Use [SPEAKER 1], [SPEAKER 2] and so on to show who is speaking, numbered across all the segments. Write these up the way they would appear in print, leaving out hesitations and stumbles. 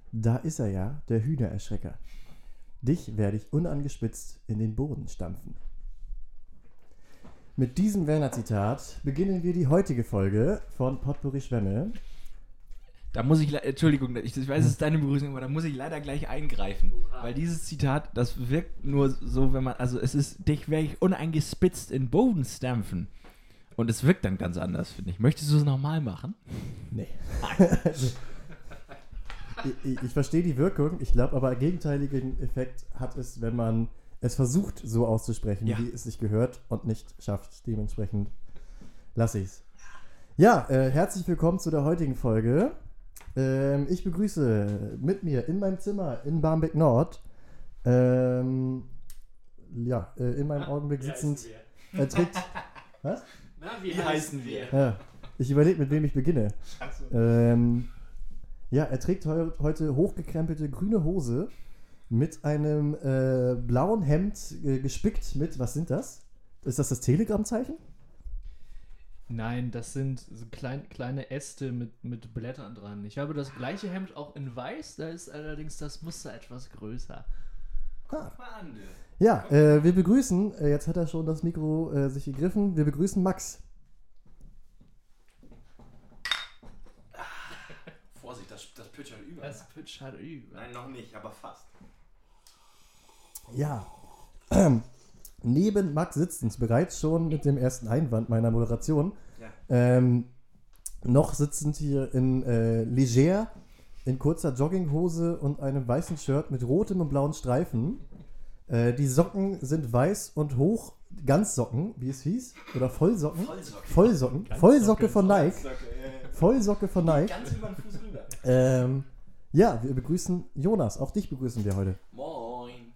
[SPEAKER 1] Da ist er ja, der Hühnererschrecker. Dich werde ich unangespitzt in den Boden stampfen. Mit diesem Werner-Zitat beginnen wir die heutige Folge von Potpourri Schwemme.
[SPEAKER 2] Da muss ich, Entschuldigung, ich weiß, es ist deine Begrüßung, aber da muss ich leider gleich eingreifen. Weil dieses Zitat, das wirkt nur so, wenn man, also es ist, dich werde ich uneingespitzt in den Boden stampfen. Und es wirkt dann ganz anders, finde ich. Möchtest du es nochmal machen?
[SPEAKER 1] Nee. Also, ich verstehe die Wirkung, ich glaube aber, einen gegenteiligen Effekt hat es, wenn man es versucht, so auszusprechen, wie es sich gehört und nicht schafft. Dementsprechend lasse ich es. Ja, herzlich willkommen zu der heutigen Folge. Ich begrüße mit mir in meinem Zimmer in Barmbek Nord, in meinem Augenblick sitzend, trägt... Was?
[SPEAKER 2] Na, wie heißen wir?
[SPEAKER 1] Ja, ich überlege, mit wem ich beginne. Er trägt heute hochgekrempelte grüne Hose mit einem blauen Hemd gespickt mit, was sind das? Ist das Telegram-Zeichen?
[SPEAKER 3] Nein, das sind so kleine Äste mit Blättern dran. Ich habe das gleiche Hemd auch in weiß, da ist allerdings das Muster etwas größer.
[SPEAKER 1] Ja, wir begrüßen, jetzt hat er schon das Mikro sich gegriffen, wir begrüßen Max.
[SPEAKER 2] Vorsicht, das pütschert über.
[SPEAKER 3] Das pütschert über.
[SPEAKER 2] Nein, noch nicht, aber fast.
[SPEAKER 1] Ja, neben Max sitzend, bereits schon mit dem ersten Einwand meiner Moderation, noch sitzend hier in Leger, in kurzer Jogginghose und einem weißen Shirt mit rotem und blauen Streifen. Die Socken sind weiß und hoch, Ganzsocken, wie es hieß, oder Vollsocken? Vollsocken. Vollsocke von Nike. Vollsocke von Nike.
[SPEAKER 2] Ganz über den Fuß rüber.
[SPEAKER 1] Wir begrüßen Jonas, auch dich begrüßen wir heute.
[SPEAKER 2] Moin.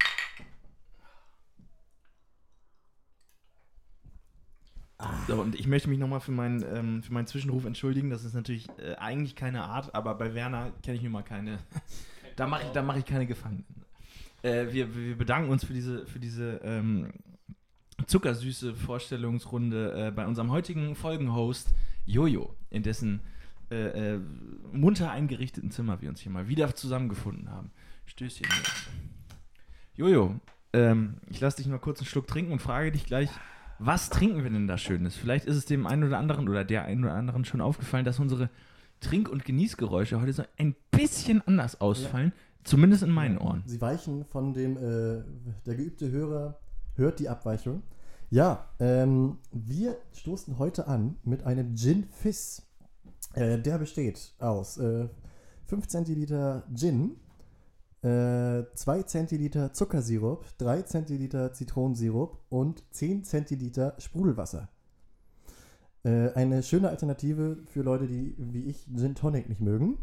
[SPEAKER 2] So, und ich möchte mich nochmal für meinen Zwischenruf entschuldigen. Das ist natürlich eigentlich keine Art, aber bei Werner kenne ich nun mal keine. Da mache ich keine Gefangenen. Wir bedanken uns für diese zuckersüße Vorstellungsrunde bei unserem heutigen Folgenhost Jojo, in dessen munter eingerichteten Zimmer wir uns hier mal wieder zusammengefunden haben. Stößchen. Jojo, ich lasse dich mal kurz einen Schluck trinken und frage dich gleich, was trinken wir denn da Schönes? Vielleicht ist es dem einen oder anderen oder der einen oder anderen schon aufgefallen, dass unsere Trink- und Genießgeräusche heute so ein bisschen anders ausfallen, zumindest in meinen Ohren.
[SPEAKER 1] Sie weichen von dem, der geübte Hörer hört die Abweichung. Ja, wir stoßen heute an mit einem Gin Fizz. Der besteht aus 5 Zentiliter Gin, 2 Zentiliter Zuckersirup, 3 Zentiliter Zitronensirup und 10 Zentiliter Sprudelwasser. Eine schöne Alternative für Leute, die wie ich Gin Tonic nicht mögen.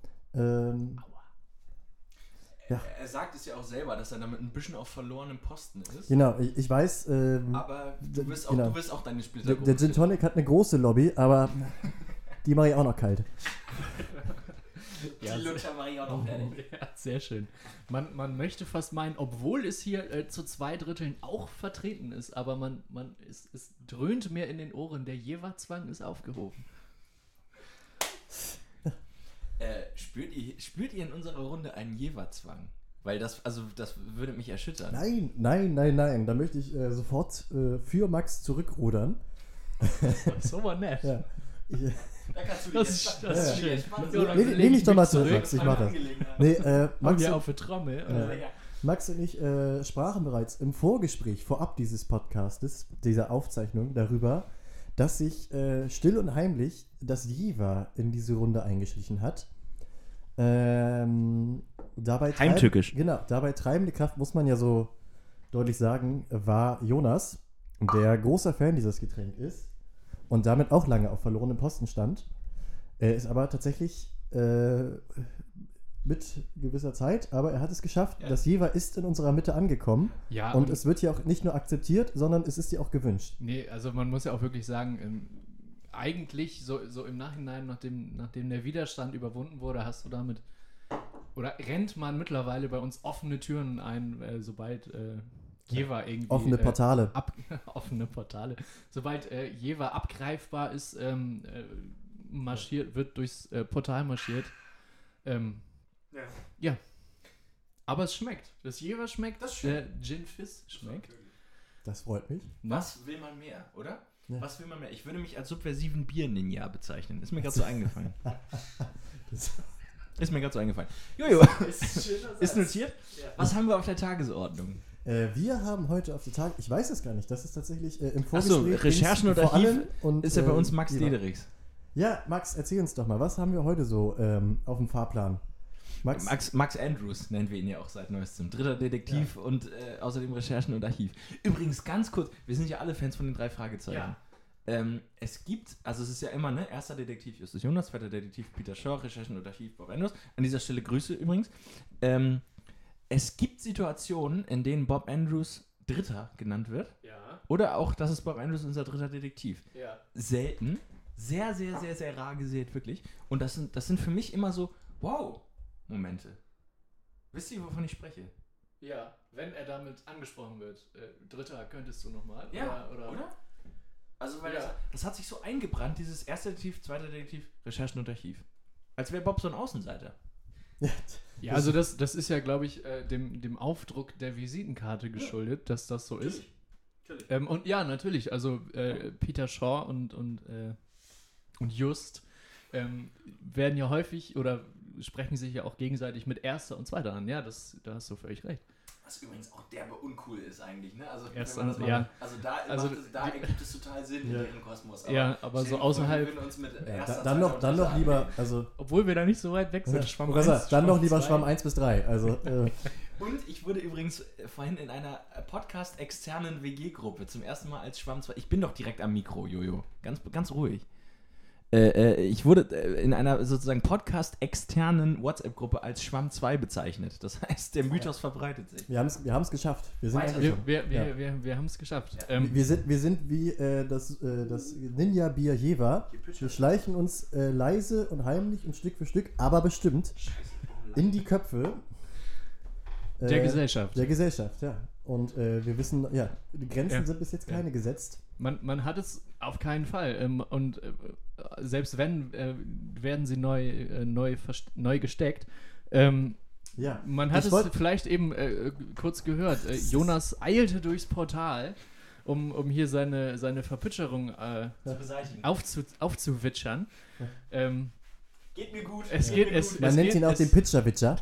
[SPEAKER 2] Er sagt es ja auch selber, dass er damit ein bisschen auf verlorenem Posten ist.
[SPEAKER 1] Genau, ich weiß.
[SPEAKER 2] Aber du wirst auch deine Splitter.
[SPEAKER 1] Der Gin Tonic hat eine große Lobby, aber die mache ich auch noch kalt.
[SPEAKER 3] Die
[SPEAKER 2] Lutscher mache ich auch noch fertig.
[SPEAKER 3] Ja, sehr schön. Man möchte fast meinen, obwohl es hier zu 2/3 auch vertreten ist, aber es dröhnt mir in den Ohren, der Jewerzwang ist aufgehoben.
[SPEAKER 2] Spürt ihr in unserer Runde einen Jewerzwang? Weil das würde mich erschüttern.
[SPEAKER 1] Nein. Da möchte ich sofort für Max zurückrudern.
[SPEAKER 3] So war nett.
[SPEAKER 1] Ja.
[SPEAKER 2] Da kannst du
[SPEAKER 3] Das ist schön.
[SPEAKER 1] Leg dich doch mal zurück, Max, ich mach das.
[SPEAKER 3] Max hier auf der Trommel.
[SPEAKER 1] Max und ich sprachen bereits im Vorgespräch, vorab dieses Podcastes, dieser Aufzeichnung, darüber, dass sich still und heimlich das Jever in diese Runde eingeschlichen hat.
[SPEAKER 2] Heimtückisch.
[SPEAKER 1] Dabei treibende Kraft, muss man ja so deutlich sagen, war Jonas, der großer Fan dieses Getränks ist und damit auch lange auf verlorenem Posten stand. Er ist aber tatsächlich mit gewisser Zeit, aber er hat es geschafft. Ja. Das Jever ist in unserer Mitte angekommen. Ja, und es wird hier auch nicht nur akzeptiert, sondern es ist hier auch gewünscht.
[SPEAKER 3] Nee, also man muss ja auch wirklich sagen, eigentlich so im Nachhinein, nachdem der Widerstand überwunden wurde, hast du damit, oder rennt man mittlerweile bei uns offene Türen ein, sobald Jever irgendwie...
[SPEAKER 1] Offene Portale.
[SPEAKER 3] Offene Portale. Sobald Jever abgreifbar ist, wird durchs Portal marschiert. Ja. Aber es schmeckt. Das Jever schmeckt.
[SPEAKER 2] Das schmeckt.
[SPEAKER 3] Der Gin Fizz schmeckt.
[SPEAKER 1] Das freut mich.
[SPEAKER 2] Was will man mehr, oder?
[SPEAKER 1] Ja.
[SPEAKER 2] Was will man mehr? Ich würde mich als subversiven Bier-Ninja bezeichnen. Ist mir gerade so eingefallen. Ist mir gerade so eingefallen. Jojo, ist notiert.
[SPEAKER 3] Ja.
[SPEAKER 2] Was haben wir auf der Tagesordnung?
[SPEAKER 1] Wir haben heute auf der Tag, ich weiß es gar nicht, das ist tatsächlich im
[SPEAKER 2] Achso,
[SPEAKER 1] Vorgespräch.
[SPEAKER 2] Recherchen und
[SPEAKER 1] vor
[SPEAKER 2] Archiv
[SPEAKER 1] allem und,
[SPEAKER 2] ist ja bei uns Max
[SPEAKER 1] Eva.
[SPEAKER 2] Dederichs.
[SPEAKER 1] Ja, Max, erzähl uns doch mal, was haben wir heute so auf dem Fahrplan?
[SPEAKER 2] Max Andrews nennen wir ihn ja auch seit neuestem. Dritter Detektiv und außerdem Recherchen und Archiv. Übrigens, ganz kurz, wir sind ja alle Fans von den 3 Fragezeichen.
[SPEAKER 3] Ja.
[SPEAKER 2] Es gibt, also es ist ja immer, ne, erster Detektiv Justus Jonas, zweiter Detektiv Peter Shaw, Recherchen und Archiv Bob Andrews. An dieser Stelle Grüße übrigens. Es gibt Situationen, in denen Bob Andrews Dritter genannt wird.
[SPEAKER 3] Ja.
[SPEAKER 2] Oder auch, das ist Bob Andrews unser dritter Detektiv.
[SPEAKER 3] Ja.
[SPEAKER 2] Selten. Sehr, sehr, sehr, sehr rar gesät, wirklich. Und das sind für mich immer so, wow, Momente. Wisst ihr, wovon ich spreche?
[SPEAKER 3] Ja, wenn er damit angesprochen wird. Dritter, könntest du nochmal?
[SPEAKER 2] Ja, oder? Also, weil das hat sich so eingebrannt, dieses erste Detektiv, zweiter Detektiv, Recherchen und Archiv. Als wäre Bob so ein Außenseiter.
[SPEAKER 3] Ja, also das ist ja, glaube ich, dem Aufdruck der Visitenkarte geschuldet, dass das so ist.
[SPEAKER 2] Natürlich.
[SPEAKER 3] Und ja, natürlich, also Peter Shaw und Just werden ja häufig oder sprechen sich ja auch gegenseitig mit Erster und Zweiter an. Ja, da hast du völlig recht.
[SPEAKER 2] Was übrigens auch derbe uncool ist eigentlich, ne? Also,
[SPEAKER 3] Erst
[SPEAKER 2] wenn man das
[SPEAKER 3] an- ja.
[SPEAKER 2] mal, also da ergibt es total Sinn in deren Kosmos.
[SPEAKER 3] Aber so
[SPEAKER 2] stell dir vor,
[SPEAKER 3] außerhalb-
[SPEAKER 2] wir würden uns mit
[SPEAKER 1] Ja,
[SPEAKER 2] erster,
[SPEAKER 1] dann noch
[SPEAKER 2] zweiter
[SPEAKER 1] lieber,
[SPEAKER 2] und
[SPEAKER 1] also
[SPEAKER 3] Obwohl wir da nicht so weit weg sind. Schwamm
[SPEAKER 1] dann
[SPEAKER 3] 1,
[SPEAKER 1] noch lieber
[SPEAKER 3] 2.
[SPEAKER 1] Schwamm 1 bis 3. Also,
[SPEAKER 2] Und ich wurde übrigens vorhin in einer Podcast-externen WG-Gruppe zum ersten Mal als Schwamm 2. Ich bin doch direkt am Mikro, Jojo. Ganz, ganz ruhig. Ich wurde in einer sozusagen Podcast-externen WhatsApp-Gruppe als Schwamm 2 bezeichnet. Das heißt, der Mythos verbreitet sich.
[SPEAKER 1] wir haben es geschafft. Wir sind
[SPEAKER 2] Weiter.
[SPEAKER 1] angekommen.
[SPEAKER 3] Wir haben es geschafft.
[SPEAKER 1] Wir sind wie das Ninja-Bier Jever. Wir schleichen uns leise und heimlich und Stück für Stück, aber bestimmt in die Köpfe
[SPEAKER 3] Der Gesellschaft.
[SPEAKER 1] Der Gesellschaft, ja. Und wir wissen, ja, die Grenzen sind bis jetzt keine gesetzt.
[SPEAKER 3] Man hat es auf keinen Fall. Und selbst wenn, werden sie neu gesteckt.
[SPEAKER 1] Ja.
[SPEAKER 3] Man hat es vielleicht eben kurz gehört. Jonas eilte durchs Portal, um hier seine Verpitscherung
[SPEAKER 2] Zu beseitigen.
[SPEAKER 3] aufzuwitschern.
[SPEAKER 2] Geht mir gut.
[SPEAKER 1] Man nennt ihn auch den Pitcher-Witcher.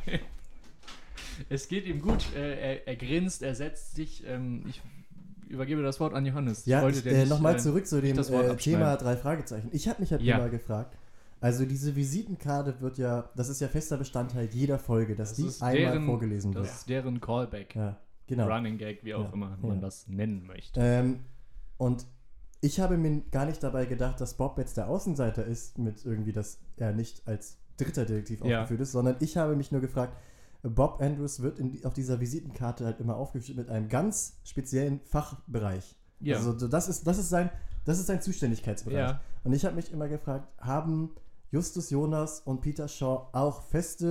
[SPEAKER 3] Es geht ihm gut. Er grinst, er setzt sich. Ich übergebe das Wort an Johannes.
[SPEAKER 1] Ja,
[SPEAKER 3] dir
[SPEAKER 1] nochmal zurück zu dem
[SPEAKER 3] das Wort abschneiden.
[SPEAKER 1] Thema 3 Fragezeichen. Ich habe mich halt immer gefragt, also diese Visitenkarte das ist ja fester Bestandteil jeder Folge, dass die einmal vorgelesen wird.
[SPEAKER 3] Das ist deren Callback.
[SPEAKER 1] Ja, genau.
[SPEAKER 3] Running Gag, wie auch immer man das nennen möchte.
[SPEAKER 1] Und ich habe mir gar nicht dabei gedacht, dass Bob jetzt der Außenseiter ist, mit irgendwie, dass er nicht als dritter Detektiv aufgeführt ist, sondern ich habe mich nur gefragt, Bob Andrews wird auf dieser Visitenkarte halt immer aufgeführt mit einem ganz speziellen Fachbereich.
[SPEAKER 3] Ja.
[SPEAKER 1] Also das ist sein Zuständigkeitsbereich.
[SPEAKER 3] Ja.
[SPEAKER 1] Und ich habe mich immer gefragt, haben Justus Jonas und Peter Shaw auch fest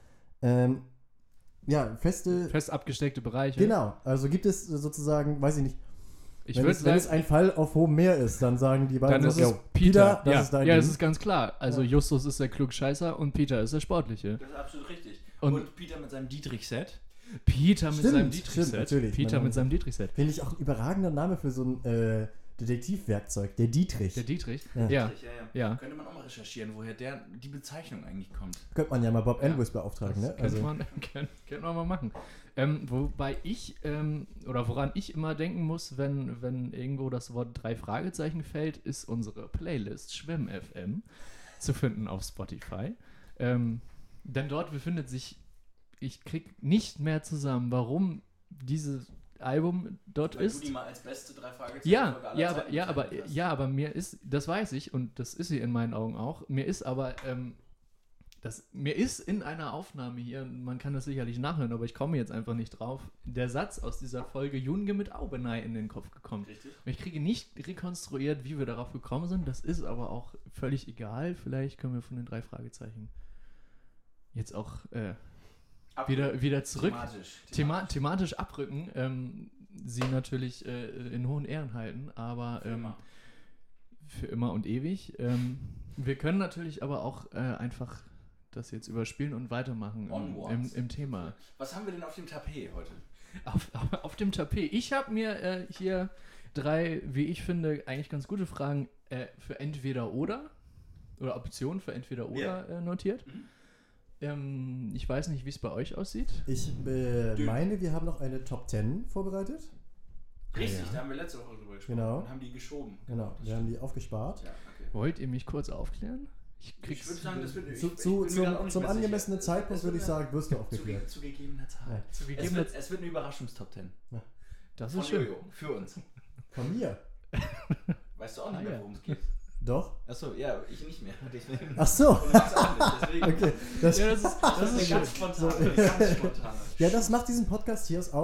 [SPEAKER 3] abgesteckte Bereiche.
[SPEAKER 1] Genau, also gibt es sozusagen, weiß ich nicht, wenn es ein Fall auf hohem Meer ist, dann sagen die beiden
[SPEAKER 3] dann ist
[SPEAKER 1] so,
[SPEAKER 3] es Peter.
[SPEAKER 1] das ist dein
[SPEAKER 3] Ja,
[SPEAKER 1] Ding.
[SPEAKER 3] es ist ganz klar. Also Justus ist der Klugscheißer und Peter ist der Sportliche.
[SPEAKER 2] Das ist absolut richtig.
[SPEAKER 3] Und
[SPEAKER 2] Peter mit seinem Dietrich-Set.
[SPEAKER 3] Peter mit seinem
[SPEAKER 1] Stimmt,
[SPEAKER 3] Dietrich-Set.
[SPEAKER 1] natürlich.
[SPEAKER 3] Peter mit seinem Dietrich-Set.
[SPEAKER 1] Finde ich auch ein überragender Name für so ein Detektivwerkzeug, der Dietrich.
[SPEAKER 3] Der Dietrich?
[SPEAKER 1] Ja.
[SPEAKER 3] Ja.
[SPEAKER 2] Ja. Könnte man auch mal recherchieren, woher die Bezeichnung eigentlich kommt.
[SPEAKER 1] Könnte man ja mal Bob Andrews beauftragen, ne?
[SPEAKER 3] Könnte man mal machen. Wobei woran ich immer denken muss, wenn irgendwo das Wort 3 Fragezeichen fällt, ist unsere Playlist Schwemm FM zu finden auf Spotify. Denn dort befindet sich, ich krieg nicht mehr zusammen, warum dieses Album dort
[SPEAKER 2] Weil
[SPEAKER 3] ist.
[SPEAKER 2] du die mal als beste 3 Fragezeichen
[SPEAKER 3] aber mir ist, das weiß ich und das ist sie in meinen Augen auch, mir ist aber, mir ist in einer Aufnahme hier, man kann das sicherlich nachhören, aber ich komme jetzt einfach nicht drauf, der Satz aus dieser Folge Junge mit Aubenei in den Kopf gekommen.
[SPEAKER 2] Richtig.
[SPEAKER 3] Und ich kriege nicht rekonstruiert, wie wir darauf gekommen sind, das ist aber auch völlig egal, vielleicht können wir von den 3 Fragezeichen jetzt auch wieder zurück thematisch abrücken, sie natürlich in hohen Ehren halten, aber für immer und ewig. Wir können natürlich aber auch einfach das jetzt überspielen und weitermachen im Thema.
[SPEAKER 2] Was haben wir denn auf dem Tapet heute?
[SPEAKER 3] Auf dem Tapet. Ich habe mir hier 3, wie ich finde, eigentlich ganz gute Fragen für entweder oder Optionen für entweder oder notiert. Ich weiß nicht, wie es bei euch aussieht.
[SPEAKER 1] Ich meine, wir haben noch eine Top 10 vorbereitet.
[SPEAKER 2] Richtig, da haben wir letzte Woche drüber gesprochen und haben die geschoben.
[SPEAKER 1] Genau, wir haben die aufgespart.
[SPEAKER 2] Ja, okay.
[SPEAKER 3] Wollt ihr mich kurz aufklären? Ich
[SPEAKER 2] würde sagen, das wird
[SPEAKER 1] zum angemessenen Zeitpunkt würde ich sagen, wirst du aufgeklärt.
[SPEAKER 2] Zu gegebener Zeit.
[SPEAKER 3] Ja.
[SPEAKER 2] Es wird eine Überraschungstop 10.
[SPEAKER 1] Ja.
[SPEAKER 3] Das
[SPEAKER 2] Von
[SPEAKER 3] ist schön.
[SPEAKER 2] Jojo, für uns.
[SPEAKER 1] Von mir?
[SPEAKER 2] Weißt du auch nicht mehr, worum es geht?
[SPEAKER 1] Doch.
[SPEAKER 2] Achso, ja, ich nicht mehr. Deswegen.
[SPEAKER 1] Ach so.
[SPEAKER 2] Deswegen.
[SPEAKER 1] Okay.
[SPEAKER 3] Das ist
[SPEAKER 2] ganz spontan.
[SPEAKER 1] Ja, das macht diesen Podcast hier aus.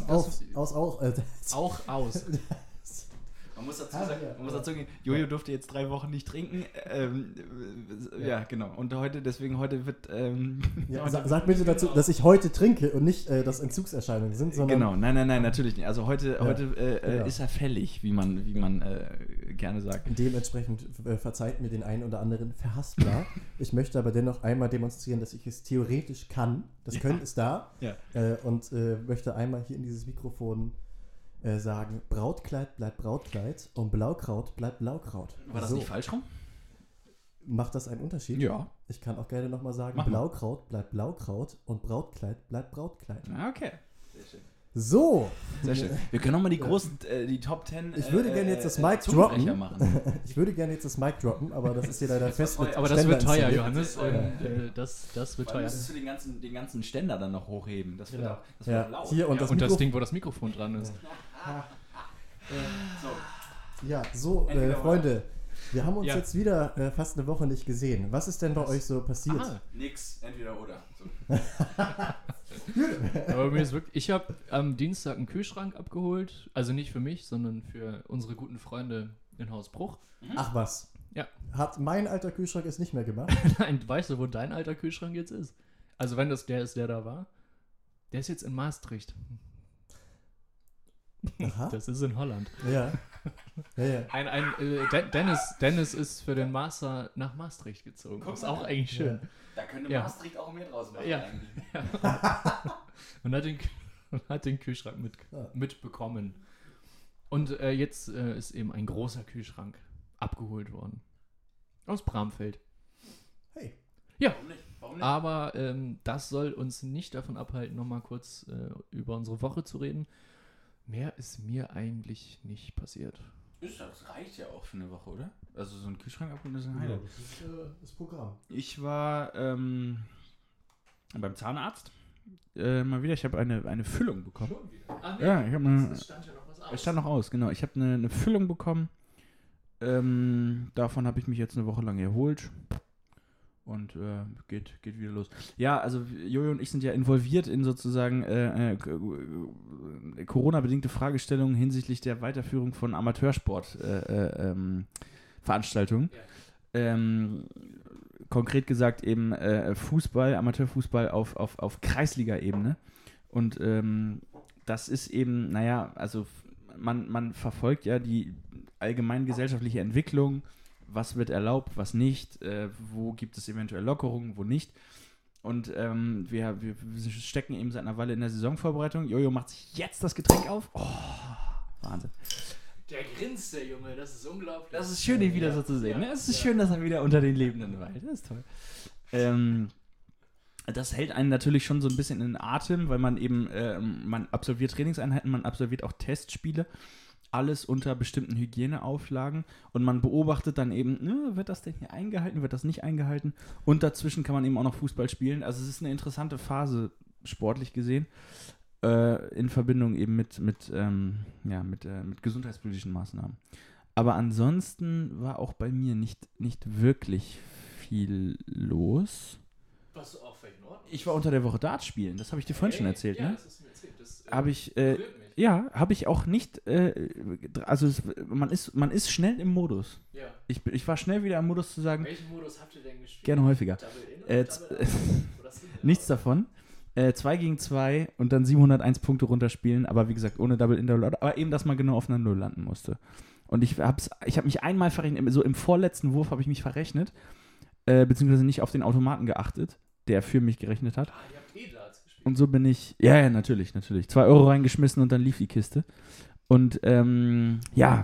[SPEAKER 2] Man muss dazu gehen, Jojo durfte jetzt 3 Wochen nicht trinken. Ja, genau. Und heute wird...
[SPEAKER 1] sag bitte dazu, dass ich heute trinke und nicht, dass Entzugserscheinungen sind, sondern...
[SPEAKER 2] Genau, nein, natürlich nicht. Also heute ist er fällig, wie man gerne sagt.
[SPEAKER 1] Dementsprechend verzeiht mir den einen oder anderen Verhaspler. Ich möchte aber dennoch einmal demonstrieren, dass ich es theoretisch kann. Das Können ist da.
[SPEAKER 2] Ja.
[SPEAKER 1] Und möchte einmal hier in dieses Mikrofon sagen, Brautkleid bleibt Brautkleid und Blaukraut bleibt Blaukraut.
[SPEAKER 2] War das nicht falsch rum?
[SPEAKER 1] Macht das einen Unterschied?
[SPEAKER 2] Ja.
[SPEAKER 1] Ich kann auch gerne nochmal sagen,
[SPEAKER 2] Mach mal.
[SPEAKER 1] Blaukraut bleibt Blaukraut und Brautkleid bleibt Brautkleid.
[SPEAKER 2] Okay. Sehr schön.
[SPEAKER 1] So.
[SPEAKER 2] Sehr schön. Wir können nochmal die Top 10
[SPEAKER 1] Ich würde gerne jetzt das Mic droppen. Ich würde gerne jetzt das Mic droppen, aber das ist hier leider fest mit
[SPEAKER 3] Aber das wird teuer,
[SPEAKER 1] installiert.
[SPEAKER 3] Johannes. Das wird teuer.
[SPEAKER 2] Müsstest du den ganzen Ständer dann noch hochheben. Das wird
[SPEAKER 1] Genau.
[SPEAKER 2] auch laut.
[SPEAKER 1] Hier und
[SPEAKER 3] das Ding, wo das Mikrofon dran ist.
[SPEAKER 1] Ja, so, Freunde, wir haben uns
[SPEAKER 3] Ja.
[SPEAKER 1] jetzt wieder fast eine Woche nicht gesehen. Was ist denn bei euch so passiert?
[SPEAKER 3] Aha.
[SPEAKER 2] Nix, entweder oder. So.
[SPEAKER 3] Aber mir ist wirklich, ich habe am Dienstag einen Kühlschrank abgeholt. Also nicht für mich, sondern für unsere guten Freunde in Haus Bruch.
[SPEAKER 1] Ach was.
[SPEAKER 3] Ja.
[SPEAKER 1] Hat mein alter Kühlschrank es nicht mehr gemacht?
[SPEAKER 3] Nein, weißt du, wo dein alter Kühlschrank jetzt ist? Also wenn das der ist, der da war. Der ist jetzt in Maastricht.
[SPEAKER 1] Aha.
[SPEAKER 3] Das ist in Holland.
[SPEAKER 1] Ja.
[SPEAKER 3] Dennis ist für den Master nach Maastricht gezogen.
[SPEAKER 2] Guck
[SPEAKER 3] ist
[SPEAKER 2] mal.
[SPEAKER 3] auch eigentlich schön.
[SPEAKER 2] Da könnte
[SPEAKER 3] Ja.
[SPEAKER 2] Maastricht auch mehr draus machen
[SPEAKER 3] Ja.
[SPEAKER 2] eigentlich.
[SPEAKER 3] Und hat den Kühlschrank mitbekommen. Und jetzt ist eben ein großer Kühlschrank abgeholt worden. Aus Bramfeld.
[SPEAKER 1] Hey.
[SPEAKER 3] Ja.
[SPEAKER 2] Warum nicht?
[SPEAKER 3] Aber das soll uns nicht davon abhalten, nochmal kurz über unsere Woche zu reden. Mehr ist mir eigentlich nicht passiert.
[SPEAKER 2] Das reicht ja auch für eine Woche, oder? Also so ein Kühlschrank abholen ist ein Highlight.
[SPEAKER 1] Das ist das Programm.
[SPEAKER 2] Ich war beim Zahnarzt. Mal wieder, ich habe eine Füllung bekommen.
[SPEAKER 3] Ah,
[SPEAKER 2] Ja, ich habe
[SPEAKER 3] stand ja noch was aus.
[SPEAKER 2] Es stand noch aus, genau. Ich habe eine Füllung bekommen. Davon habe ich mich jetzt eine Woche lang erholt. Und geht wieder los. Ja, also Jojo und ich sind ja involviert in sozusagen Corona-bedingte Fragestellungen hinsichtlich der Weiterführung von Amateursport-Veranstaltungen.
[SPEAKER 3] Ja.
[SPEAKER 2] Konkret gesagt eben Fußball, Amateurfußball auf Kreisliga-Ebene. Und das ist eben, naja, also man verfolgt ja die allgemein gesellschaftliche Entwicklung. Was wird erlaubt, was nicht, wo gibt es eventuell Lockerungen, wo nicht. Und wir stecken eben seit einer Weile in der Saisonvorbereitung. Jojo macht sich jetzt das Getränk auf. Oh, Wahnsinn.
[SPEAKER 3] Der grinst, der Junge, das ist unglaublich.
[SPEAKER 2] Das ist schön, ihn wieder so zu sehen. Ne? Es ist schön, dass er wieder unter den Lebenden weilt. Das ist toll. Das hält einen natürlich schon so ein bisschen in den Atem, weil man eben, man absolviert Trainingseinheiten, man absolviert auch Testspiele. Alles unter bestimmten Hygieneauflagen und man beobachtet dann eben, wird das denn hier eingehalten, wird das nicht eingehalten und dazwischen kann man eben auch noch Fußball spielen. Also es ist eine interessante Phase, sportlich gesehen, in Verbindung eben mit gesundheitspolitischen Maßnahmen. Aber ansonsten war auch bei mir nicht wirklich viel los.
[SPEAKER 3] Was du auch völlig in Ordnung.
[SPEAKER 2] Ich war unter der Woche Dart spielen, das habe ich dir vorhin schon erzählt,
[SPEAKER 3] ja,
[SPEAKER 2] ne?
[SPEAKER 3] das hast du mir erzählt. Das
[SPEAKER 2] Habe ich,
[SPEAKER 3] berührt mich.
[SPEAKER 2] ja, habe ich auch nicht, man ist schnell im Modus.
[SPEAKER 3] Ja.
[SPEAKER 2] Ich war schnell wieder im Modus zu sagen,
[SPEAKER 3] Welchen Modus habt ihr denn gespielt?
[SPEAKER 2] gerne häufiger.
[SPEAKER 3] Double in
[SPEAKER 2] Äh,
[SPEAKER 3] oder Double out? Oder Single
[SPEAKER 2] Nichts
[SPEAKER 3] out?
[SPEAKER 2] davon. 2 gegen 2 und dann 701 Punkte runterspielen, aber wie gesagt, ohne Double in, aber eben, dass man genau auf einer Null landen musste. Und ich habe mich einmal verrechnet, so im vorletzten Wurf habe ich mich verrechnet. beziehungsweise nicht auf den Automaten geachtet, der für mich gerechnet hat.
[SPEAKER 3] Ihr habt E-Darts gespielt.
[SPEAKER 2] Und so bin ich, ja, natürlich. 2 Euro reingeschmissen und dann lief die Kiste. Und dann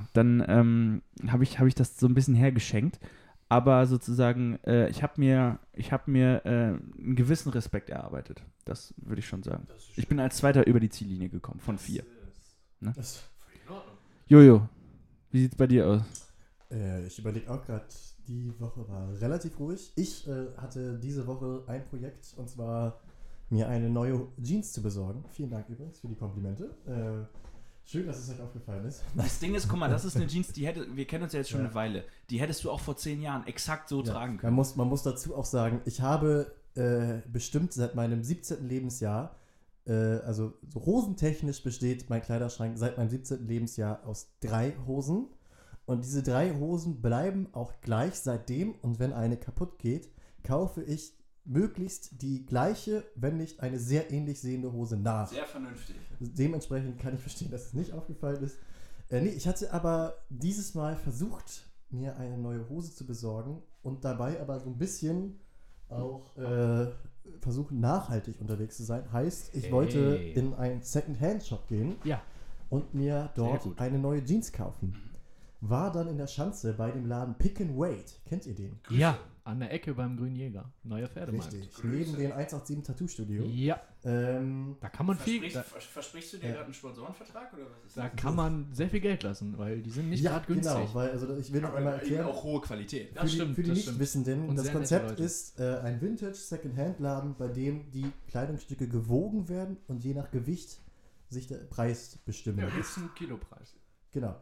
[SPEAKER 2] habe ich das so ein bisschen hergeschenkt. Aber sozusagen, ich habe mir einen gewissen Respekt erarbeitet. Das würde ich schon sagen. Ich bin als Zweiter über die Ziellinie gekommen, von 4. Ne?
[SPEAKER 1] Das
[SPEAKER 3] Völlig in Ordnung.
[SPEAKER 2] Jojo, wie sieht's bei dir aus?
[SPEAKER 1] Ich überlege auch gerade, die Woche war relativ ruhig. Ich hatte diese Woche ein Projekt, und zwar mir eine neue Jeans zu besorgen. Vielen Dank übrigens für die Komplimente. Schön, dass es euch aufgefallen ist.
[SPEAKER 2] Das Ding ist, guck mal, das ist eine Jeans, wir kennen uns ja jetzt schon eine Weile. Die hättest du auch vor 10 Jahren exakt so tragen können.
[SPEAKER 1] Man muss dazu auch sagen, ich habe bestimmt seit meinem 17. Lebensjahr, also so hosentechnisch besteht mein Kleiderschrank seit meinem 17. Lebensjahr aus 3 Hosen. Und diese 3 Hosen bleiben auch gleich seitdem. Und wenn eine kaputt geht, kaufe ich möglichst die gleiche, wenn nicht eine sehr ähnlich sehende Hose nach.
[SPEAKER 2] Sehr vernünftig.
[SPEAKER 1] Dementsprechend kann ich verstehen, dass es nicht aufgefallen ist. Ich hatte aber dieses Mal versucht, mir eine neue Hose zu besorgen und dabei aber so ein bisschen auch versuchen, nachhaltig unterwegs zu sein. Heißt, ich wollte in einen Second-Hand-Shop gehen und mir dort eine neue Jeans kaufen. War dann in der Schanze bei dem Laden Pick and Wait. Kennt ihr den?
[SPEAKER 3] Ja, an der Ecke beim Grünen Jäger. Neuer Pferdemarkt.
[SPEAKER 1] Richtig. Neben dem 187 Tattoo-Studio.
[SPEAKER 3] Ja. Da kann man
[SPEAKER 2] Versprichst du dir gerade einen Sponsorenvertrag oder was ist
[SPEAKER 3] Da
[SPEAKER 2] das?
[SPEAKER 3] kann man sehr viel Geld lassen, weil die sind nicht gerade günstig.
[SPEAKER 1] Genau, weil also ich will noch einmal erklären.
[SPEAKER 2] Auch hohe Qualität.
[SPEAKER 1] Für die Nichtwissenden,
[SPEAKER 3] Und
[SPEAKER 1] das
[SPEAKER 3] sehr nette
[SPEAKER 1] Konzept
[SPEAKER 3] Leute.
[SPEAKER 1] ist ein Vintage-Second-Hand-Laden, bei dem die Kleidungsstücke gewogen werden und je nach Gewicht sich der Preis bestimmen
[SPEAKER 3] Ja,
[SPEAKER 1] lässt.
[SPEAKER 3] gibt's einen Kilopreis.
[SPEAKER 1] Genau.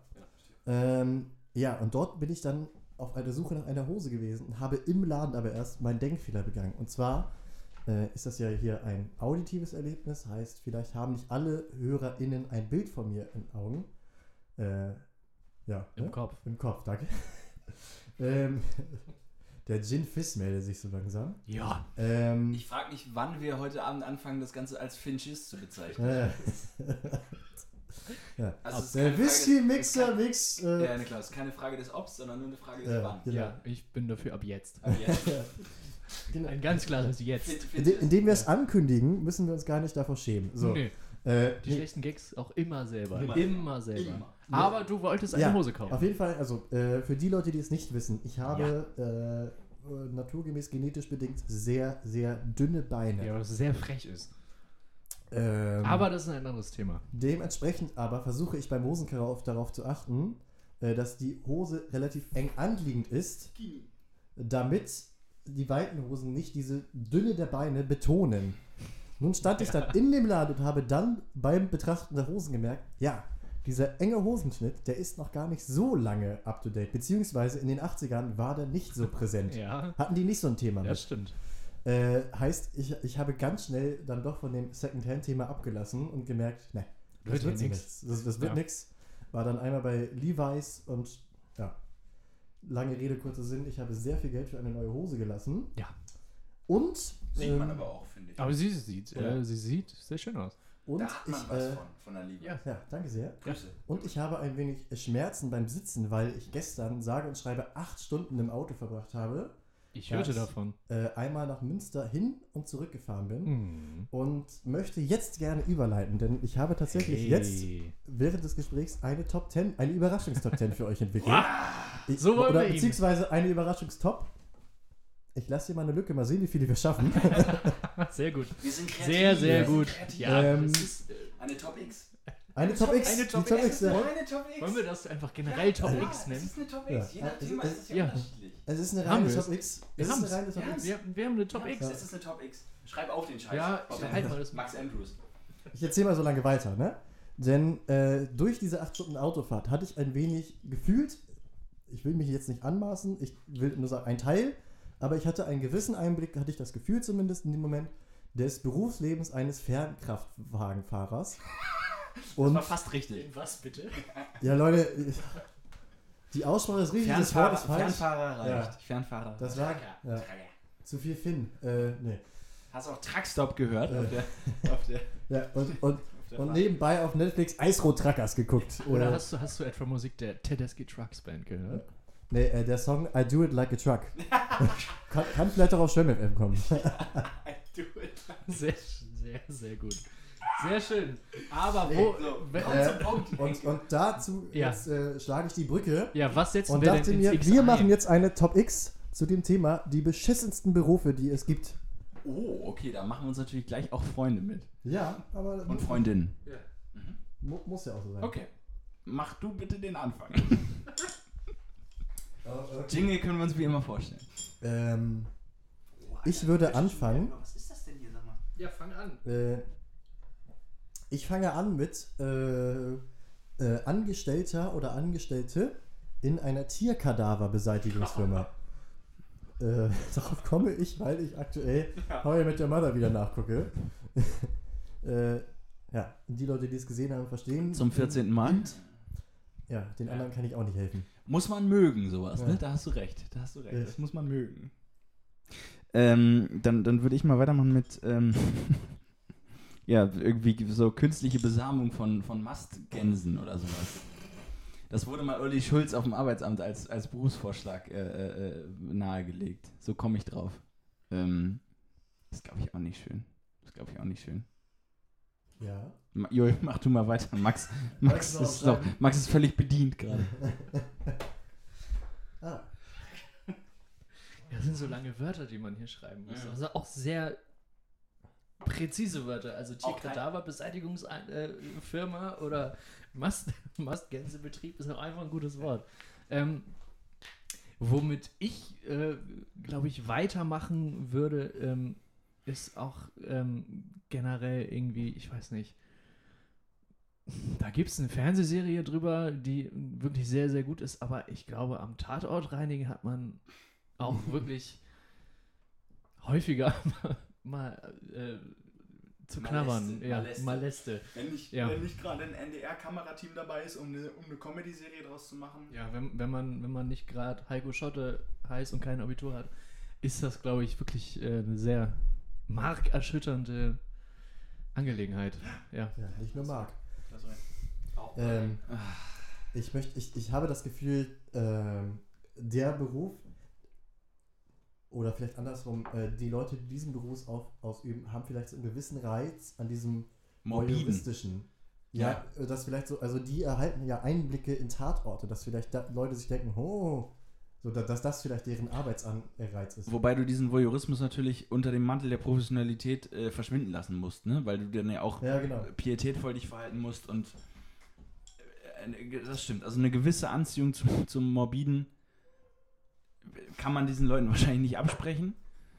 [SPEAKER 1] Und dort bin ich dann auf einer Suche nach einer Hose gewesen und habe im Laden aber erst meinen Denkfehler begangen. Und zwar ist das ja hier ein auditives Erlebnis, heißt, vielleicht haben nicht alle HörerInnen ein Bild von mir in Augen.
[SPEAKER 3] Im Kopf.
[SPEAKER 1] Im Kopf, danke. Der Gin Fizz meldet sich so langsam.
[SPEAKER 3] Ja.
[SPEAKER 2] Ich frage mich, wann wir heute Abend anfangen, das Ganze als Finchis zu bezeichnen.
[SPEAKER 1] Ja.
[SPEAKER 2] Also
[SPEAKER 1] Der Whisky-Mixer Mix.
[SPEAKER 2] Ja, ne, klar, es ist keine Frage des Obs, sondern nur eine Frage des Wann.
[SPEAKER 1] Genau.
[SPEAKER 3] Ja, ich bin dafür ab jetzt.
[SPEAKER 2] Aber jetzt.
[SPEAKER 1] Genau.
[SPEAKER 3] Ein ganz klares Jetzt.
[SPEAKER 1] Indem wir es ankündigen, müssen wir uns gar nicht davor schämen. So.
[SPEAKER 3] Nee. Die schlechten Gags auch immer selber. Immer selber.
[SPEAKER 2] Immer.
[SPEAKER 3] Aber du wolltest eine Hose kaufen.
[SPEAKER 1] Auf jeden Fall, also für die Leute, die es nicht wissen, ich habe naturgemäß genetisch bedingt sehr, sehr dünne Beine.
[SPEAKER 3] Ja, was sehr frech ist. Aber das ist ein anderes Thema.
[SPEAKER 1] Dementsprechend aber versuche ich beim Hosenkauf darauf zu achten, dass die Hose relativ eng anliegend ist, damit die weiten Hosen nicht diese Dünne der Beine betonen. Nun stand ich dann in dem Laden und habe dann beim Betrachten der Hosen gemerkt, ja, dieser enge Hosenschnitt, der ist noch gar nicht so lange up to date, beziehungsweise in den 80ern war der nicht so präsent.
[SPEAKER 3] Ja.
[SPEAKER 1] Hatten die nicht so ein Thema mit.
[SPEAKER 3] Das stimmt.
[SPEAKER 1] Heißt, ich habe ganz schnell dann doch von dem Second-Hand-Thema abgelassen und gemerkt, ne, das wird nichts. Das wird nichts. War dann einmal bei Levi's und ja, lange Rede, kurzer Sinn, ich habe sehr viel Geld für eine neue Hose gelassen.
[SPEAKER 3] Ja.
[SPEAKER 1] Und
[SPEAKER 2] Sieht man aber auch, finde ich.
[SPEAKER 3] Aber sie sieht sehr schön aus.
[SPEAKER 1] und
[SPEAKER 2] da hat man was von der Liebe.
[SPEAKER 3] Ja.
[SPEAKER 1] Ja, danke sehr.
[SPEAKER 2] Grüße.
[SPEAKER 1] Und ich habe ein wenig Schmerzen beim Sitzen, weil ich gestern sage und schreibe 8 Stunden im Auto verbracht habe.
[SPEAKER 3] Ich hörte
[SPEAKER 1] Das-
[SPEAKER 3] davon.
[SPEAKER 1] Einmal nach Münster hin und zurückgefahren bin.
[SPEAKER 3] Hm.
[SPEAKER 1] Und möchte jetzt gerne überleiten, denn ich habe tatsächlich jetzt während des Gesprächs eine Top 10, eine Überraschungstop 10 für euch entwickelt.
[SPEAKER 3] So wollen wir ihn.
[SPEAKER 1] Beziehungsweise eine Überraschungstop. Ich lasse hier mal eine Lücke, mal sehen, wie viele wir schaffen.
[SPEAKER 3] Sehr gut.
[SPEAKER 2] Wir sind kreativ.
[SPEAKER 3] Sehr, sehr
[SPEAKER 2] Wir sind
[SPEAKER 3] gut.
[SPEAKER 2] kreativ.
[SPEAKER 3] Ja,
[SPEAKER 2] das ist eine Top X.
[SPEAKER 1] Eine Top X.
[SPEAKER 3] Eine Top
[SPEAKER 1] die Top
[SPEAKER 3] X.
[SPEAKER 1] X, ja.
[SPEAKER 2] Eine Top X.
[SPEAKER 3] wollen wir das einfach generell Top X
[SPEAKER 2] Es
[SPEAKER 3] nennen?
[SPEAKER 2] ist eine Top
[SPEAKER 1] Ja.
[SPEAKER 2] X. Je nach Thema ist es ja
[SPEAKER 3] Ja.
[SPEAKER 2] unterschiedlich.
[SPEAKER 1] Es ist eine
[SPEAKER 3] Haben
[SPEAKER 1] reine
[SPEAKER 3] wir es?
[SPEAKER 1] Top X.
[SPEAKER 3] Wir
[SPEAKER 1] Es
[SPEAKER 3] haben
[SPEAKER 1] ist eine reine Top
[SPEAKER 2] Ja,
[SPEAKER 1] X.
[SPEAKER 3] Wir haben eine Top X.
[SPEAKER 2] Es ist eine Top X. Schreib auf den Scheiß.
[SPEAKER 3] Ja,
[SPEAKER 2] Auf
[SPEAKER 3] halt
[SPEAKER 2] den-
[SPEAKER 3] mal das-
[SPEAKER 2] Max Andrews.
[SPEAKER 1] Ich erzähle mal so lange weiter, ne? Denn durch diese 8 Stunden Autofahrt hatte ich ein wenig gefühlt, ich will mich jetzt nicht anmaßen, ich will nur sagen, ein Teil, aber ich hatte einen gewissen Einblick, hatte ich das Gefühl zumindest in dem Moment, des Berufslebens eines Fernkraftwagenfahrers. Und
[SPEAKER 2] War fast richtig.
[SPEAKER 3] Was bitte?
[SPEAKER 1] ja, Leute, die Aussprache ist richtig, das Wort ist falsch.
[SPEAKER 2] Fernfahrer reicht.
[SPEAKER 1] Ja.
[SPEAKER 2] Fernfahrer.
[SPEAKER 1] Das war ja, zu viel Finn. Nee.
[SPEAKER 2] Hast du auch Truckstop gehört? Auf der
[SPEAKER 1] Ja, und nebenbei auf Netflix Eisrot Trackers geguckt.
[SPEAKER 3] Oder hast du etwa Musik der Tedeschi Trucks Band gehört?
[SPEAKER 1] Nee, der Song I Do It Like a Truck. kann vielleicht auch auf Schwemme FM kommen.
[SPEAKER 2] I do it.
[SPEAKER 3] Sehr, sehr, sehr gut. Sehr schön. Aber wo...
[SPEAKER 1] Und dazu jetzt schlage ich die Brücke.
[SPEAKER 3] Ja, was setzen
[SPEAKER 1] und
[SPEAKER 3] wir
[SPEAKER 1] dachte
[SPEAKER 3] denn
[SPEAKER 1] mir,
[SPEAKER 3] ins X
[SPEAKER 1] wir
[SPEAKER 3] ein?
[SPEAKER 1] machen jetzt eine Top X zu dem Thema die beschissensten Berufe, die es gibt.
[SPEAKER 2] Oh, okay, da machen uns natürlich gleich auch Freunde mit.
[SPEAKER 1] Ja, aber...
[SPEAKER 2] Und Freundinnen.
[SPEAKER 3] Ja.
[SPEAKER 1] Muss ja auch so sein.
[SPEAKER 2] Okay. Mach du bitte den Anfang. Jingle können wir uns wie immer vorstellen.
[SPEAKER 1] Ich würde anfangen.
[SPEAKER 2] Was ist das denn hier, sag mal?
[SPEAKER 3] Ja, fang an.
[SPEAKER 1] Ich fange an mit Angestellter oder Angestellte in einer Tierkadaverbeseitigungsfirma. Darauf komme ich, weil ich aktuell How I Met Your Mother wieder nachgucke. Ja, die Leute, die es gesehen haben, verstehen.
[SPEAKER 2] Zum 14. Mal.
[SPEAKER 1] Ja, den anderen kann ich auch nicht helfen.
[SPEAKER 2] Muss man mögen, sowas,
[SPEAKER 1] Ja.
[SPEAKER 2] ne? Da hast du recht.
[SPEAKER 1] Ja.
[SPEAKER 2] Das muss man mögen. Dann würde ich mal weitermachen mit ja, irgendwie so künstliche Besamung von Mastgänsen oder sowas. Das wurde mal Uli Schulz auf dem Arbeitsamt als Berufsvorschlag nahegelegt. So komme ich drauf. Das glaube ich auch nicht schön.
[SPEAKER 1] Ja.
[SPEAKER 2] Joel, mach du mal weiter. Max ist völlig bedient gerade.
[SPEAKER 1] Ah.
[SPEAKER 3] Ja, das sind so lange Wörter, die man hier schreiben muss. Also auch sehr präzise Wörter. Also Tierkadaverbeseitigungsfirma oder Mastgänsebetrieb ist auch einfach ein gutes Wort. Womit ich, glaube ich, weitermachen würde, ist auch generell irgendwie, ich weiß nicht, da gibt es eine Fernsehserie drüber, die wirklich sehr, sehr gut ist, aber ich glaube, am Tatort reinigen hat man auch wirklich häufiger mal zu knabbern. Ja, Maleste.
[SPEAKER 2] Wenn nicht gerade ein NDR-Kamerateam dabei ist, um eine Comedy-Serie draus zu machen.
[SPEAKER 3] Ja, wenn man nicht gerade Heiko Schotte heißt und kein Abitur hat, ist das, glaube ich, wirklich eine sehr markerschütternde Angelegenheit. Ja,
[SPEAKER 1] nicht nur Marc.
[SPEAKER 2] Das recht. Auch
[SPEAKER 1] ich habe das Gefühl, der Beruf oder vielleicht andersrum, die Leute, die diesen Beruf ausüben, haben vielleicht so einen gewissen Reiz an diesem voyeuristischen. Ja, das vielleicht so, also die erhalten ja Einblicke in Tatorte, dass vielleicht Leute sich denken, so, dass das vielleicht deren Arbeitsanreiz ist.
[SPEAKER 2] Wobei du diesen Voyeurismus natürlich unter dem Mantel der Professionalität verschwinden lassen musst, ne? Weil du dann ja auch pietätvoll dich verhalten musst und das stimmt. Also eine gewisse Anziehung zum Morbiden kann man diesen Leuten wahrscheinlich nicht absprechen.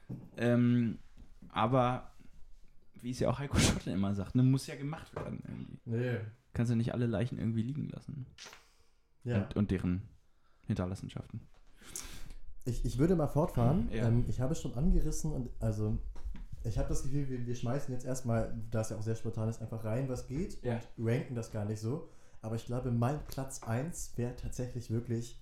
[SPEAKER 2] Aber wie es ja auch Heiko Schotte immer sagt, ne, muss ja gemacht werden irgendwie.
[SPEAKER 1] Nee.
[SPEAKER 2] Kannst ja nicht alle Leichen irgendwie liegen lassen.
[SPEAKER 1] Ja.
[SPEAKER 2] Und deren Hinterlassenschaften.
[SPEAKER 1] Ich würde mal fortfahren.
[SPEAKER 2] Ja.
[SPEAKER 1] Ich habe es schon angerissen und also ich habe das Gefühl, wir schmeißen jetzt erstmal, da es ja auch sehr spontan ist, einfach rein, was geht und ranken das gar nicht so. Aber ich glaube, mein Platz 1 wäre tatsächlich wirklich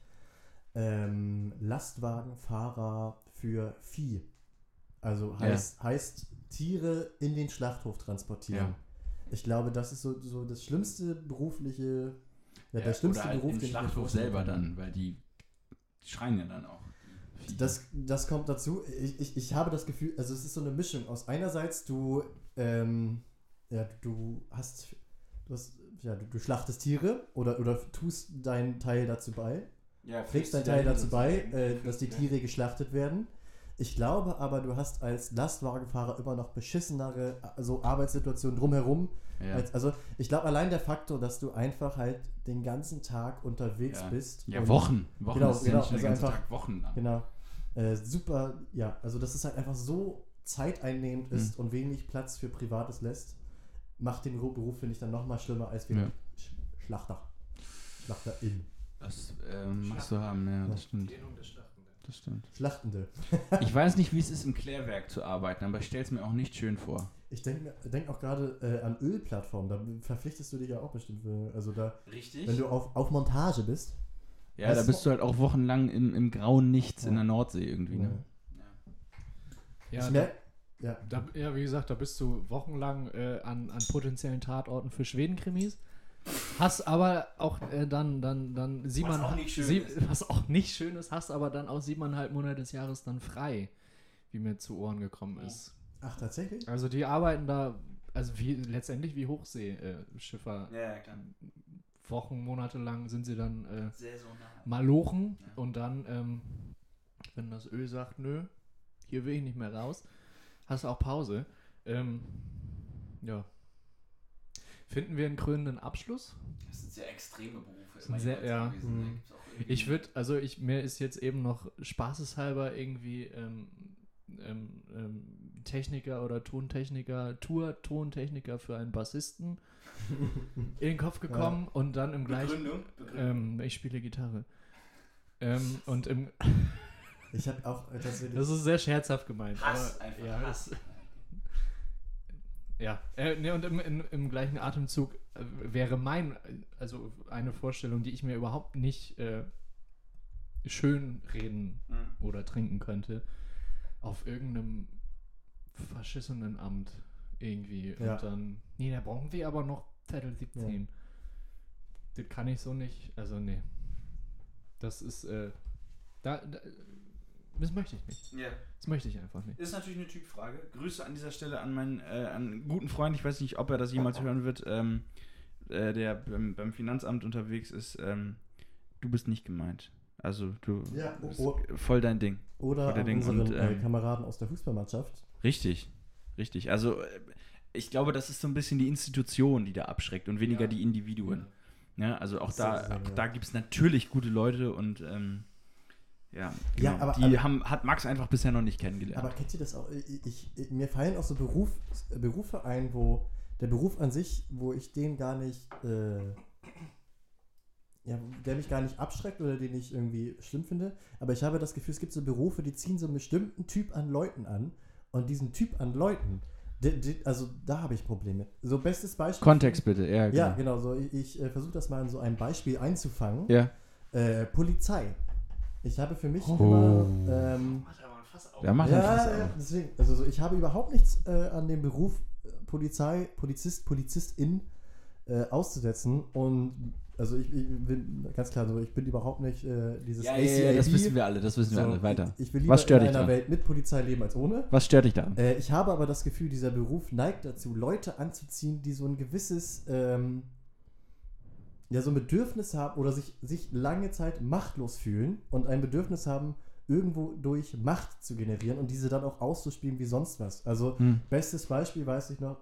[SPEAKER 1] Lastwagenfahrer für Vieh. Also heißt Tiere in den Schlachthof transportieren.
[SPEAKER 2] Ja.
[SPEAKER 1] Ich glaube, das ist so das schlimmste berufliche, der schlimmste
[SPEAKER 2] oder halt
[SPEAKER 1] Beruf,
[SPEAKER 2] im
[SPEAKER 1] den ich mir
[SPEAKER 2] Schlachthof
[SPEAKER 1] vorstellen
[SPEAKER 2] selber
[SPEAKER 1] kann.
[SPEAKER 2] dann, weil die schreien ja dann auch.
[SPEAKER 1] Das kommt dazu. Ich habe das Gefühl, also es ist so eine Mischung aus einerseits du schlachtest Tiere oder tust deinen Teil dazu bei, trägst deinen Teil dazu bei, dass die Tiere geschlachtet werden. Ich glaube aber, du hast als Lastwagenfahrer immer noch beschissenere Arbeitssituationen drumherum.
[SPEAKER 2] Ja.
[SPEAKER 1] Also ich glaube allein der Faktor, dass du einfach halt den ganzen Tag unterwegs bist.
[SPEAKER 2] Ja,
[SPEAKER 1] und
[SPEAKER 2] Wochen.
[SPEAKER 1] Genau,
[SPEAKER 2] ist ja nicht
[SPEAKER 1] also
[SPEAKER 2] den ganzen
[SPEAKER 1] einfach,
[SPEAKER 2] Tag, Wochen lang.
[SPEAKER 1] Genau. Super, ja, also dass es halt einfach so zeiteinnehmend ist und wenig Platz für Privates lässt, macht den Beruf, finde ich, dann nochmal schlimmer als wie Schlachterin.
[SPEAKER 2] Das machst du haben, ja, das stimmt. Das stimmt.
[SPEAKER 1] Schlachtende.
[SPEAKER 2] Ich weiß nicht, wie es ist, im Klärwerk zu arbeiten, aber ich stelle es mir auch nicht schön vor.
[SPEAKER 1] Ich denk auch gerade an Ölplattformen, da verpflichtest du dich ja auch bestimmt für, also da,
[SPEAKER 2] Richtig?
[SPEAKER 1] wenn du auf Montage bist.
[SPEAKER 2] Ja, da bist du halt auch wochenlang im grauen Nichts in der Nordsee irgendwie, ne?
[SPEAKER 3] Wie gesagt, da bist du wochenlang an potenziellen Tatorten für Schwedenkrimis. Hast aber auch dann
[SPEAKER 2] Was auch nicht schön ist.
[SPEAKER 3] was auch nicht schön ist, hast aber dann auch 7,5 Monate des Jahres dann frei, wie mir zu Ohren gekommen ist.
[SPEAKER 1] Ach, tatsächlich?
[SPEAKER 3] Also die arbeiten da, also letztendlich wie Hochseeschiffer.
[SPEAKER 2] Ja, klar.
[SPEAKER 3] Wochen, Monate lang sind sie dann
[SPEAKER 2] Saisonal.
[SPEAKER 3] malochen und dann, wenn das Öl sagt, nö, hier will ich nicht mehr raus, hast du auch Pause. Ja. Finden wir einen krönenden Abschluss?
[SPEAKER 2] Das sind sehr extreme Berufe.
[SPEAKER 3] Mir ist jetzt eben noch spaßeshalber irgendwie Techniker oder Tontechniker für einen Bassisten in den Kopf gekommen und dann im gleichen...
[SPEAKER 2] Begründung?
[SPEAKER 3] Ich spiele Gitarre.
[SPEAKER 1] Ich habe auch tatsächlich...
[SPEAKER 3] Das ist sehr scherzhaft gemeint.
[SPEAKER 2] Hass,
[SPEAKER 3] aber,
[SPEAKER 2] einfach
[SPEAKER 3] ja,
[SPEAKER 2] Hass.
[SPEAKER 3] Und im gleichen Atemzug wäre also eine Vorstellung, die ich mir überhaupt nicht schön reden oder trinken könnte, auf irgendeinem verschissenen Amt irgendwie.
[SPEAKER 1] Ja.
[SPEAKER 3] Und dann, da brauchen wir aber noch Zettel 17. Ja. Das kann ich so nicht, also nee. Das ist, das möchte ich nicht.
[SPEAKER 2] Ja.
[SPEAKER 3] Das möchte ich einfach nicht.
[SPEAKER 2] Ist natürlich eine Typfrage. Grüße an dieser Stelle an meinen an guten Freund, ich weiß nicht, ob er das jemals hören wird, der beim Finanzamt unterwegs ist. Du bist nicht gemeint. Also du bist voll dein Ding.
[SPEAKER 1] Oder
[SPEAKER 2] voll Ding.
[SPEAKER 1] unseren Kameraden aus der Fußballmannschaft.
[SPEAKER 2] Richtig. Also ich glaube, das ist so ein bisschen die Institution, die da abschreckt und weniger die Individuen. Ja, also auch da gibt es natürlich gute Leute und hat Max einfach bisher noch nicht kennengelernt.
[SPEAKER 1] Aber kennt ihr das auch? Mir fallen auch so Berufe ein, wo der Beruf an sich, wo ich den gar nicht, der mich gar nicht abschreckt oder den ich irgendwie schlimm finde. Aber ich habe das Gefühl, es gibt so Berufe, die ziehen so einen bestimmten Typ an Leuten an. Und diesen Typ an Leuten, also da habe ich Probleme. So bestes Beispiel.
[SPEAKER 2] Kontext bitte, genau.
[SPEAKER 1] Ja, genau. So, ich versuche das mal in so ein Beispiel einzufangen.
[SPEAKER 2] Ja.
[SPEAKER 1] Polizei. Ich habe für mich immer... deswegen, also ich habe überhaupt nichts an dem Beruf Polizistin auszusetzen und also ich bin ganz klar so, ich bin überhaupt nicht dieses ACAB.
[SPEAKER 2] Das wissen wir alle, weiter.
[SPEAKER 1] Ich will lieber in einer Welt mit Polizei leben als ohne.
[SPEAKER 2] Was stört dich daran?
[SPEAKER 1] Ich habe aber das Gefühl, dieser Beruf neigt dazu, Leute anzuziehen, die so ein gewisses so ein Bedürfnis haben oder sich lange Zeit machtlos fühlen und ein Bedürfnis haben, irgendwo durch Macht zu generieren und diese dann auch auszuspielen wie sonst was. Also bestes Beispiel weiß ich noch,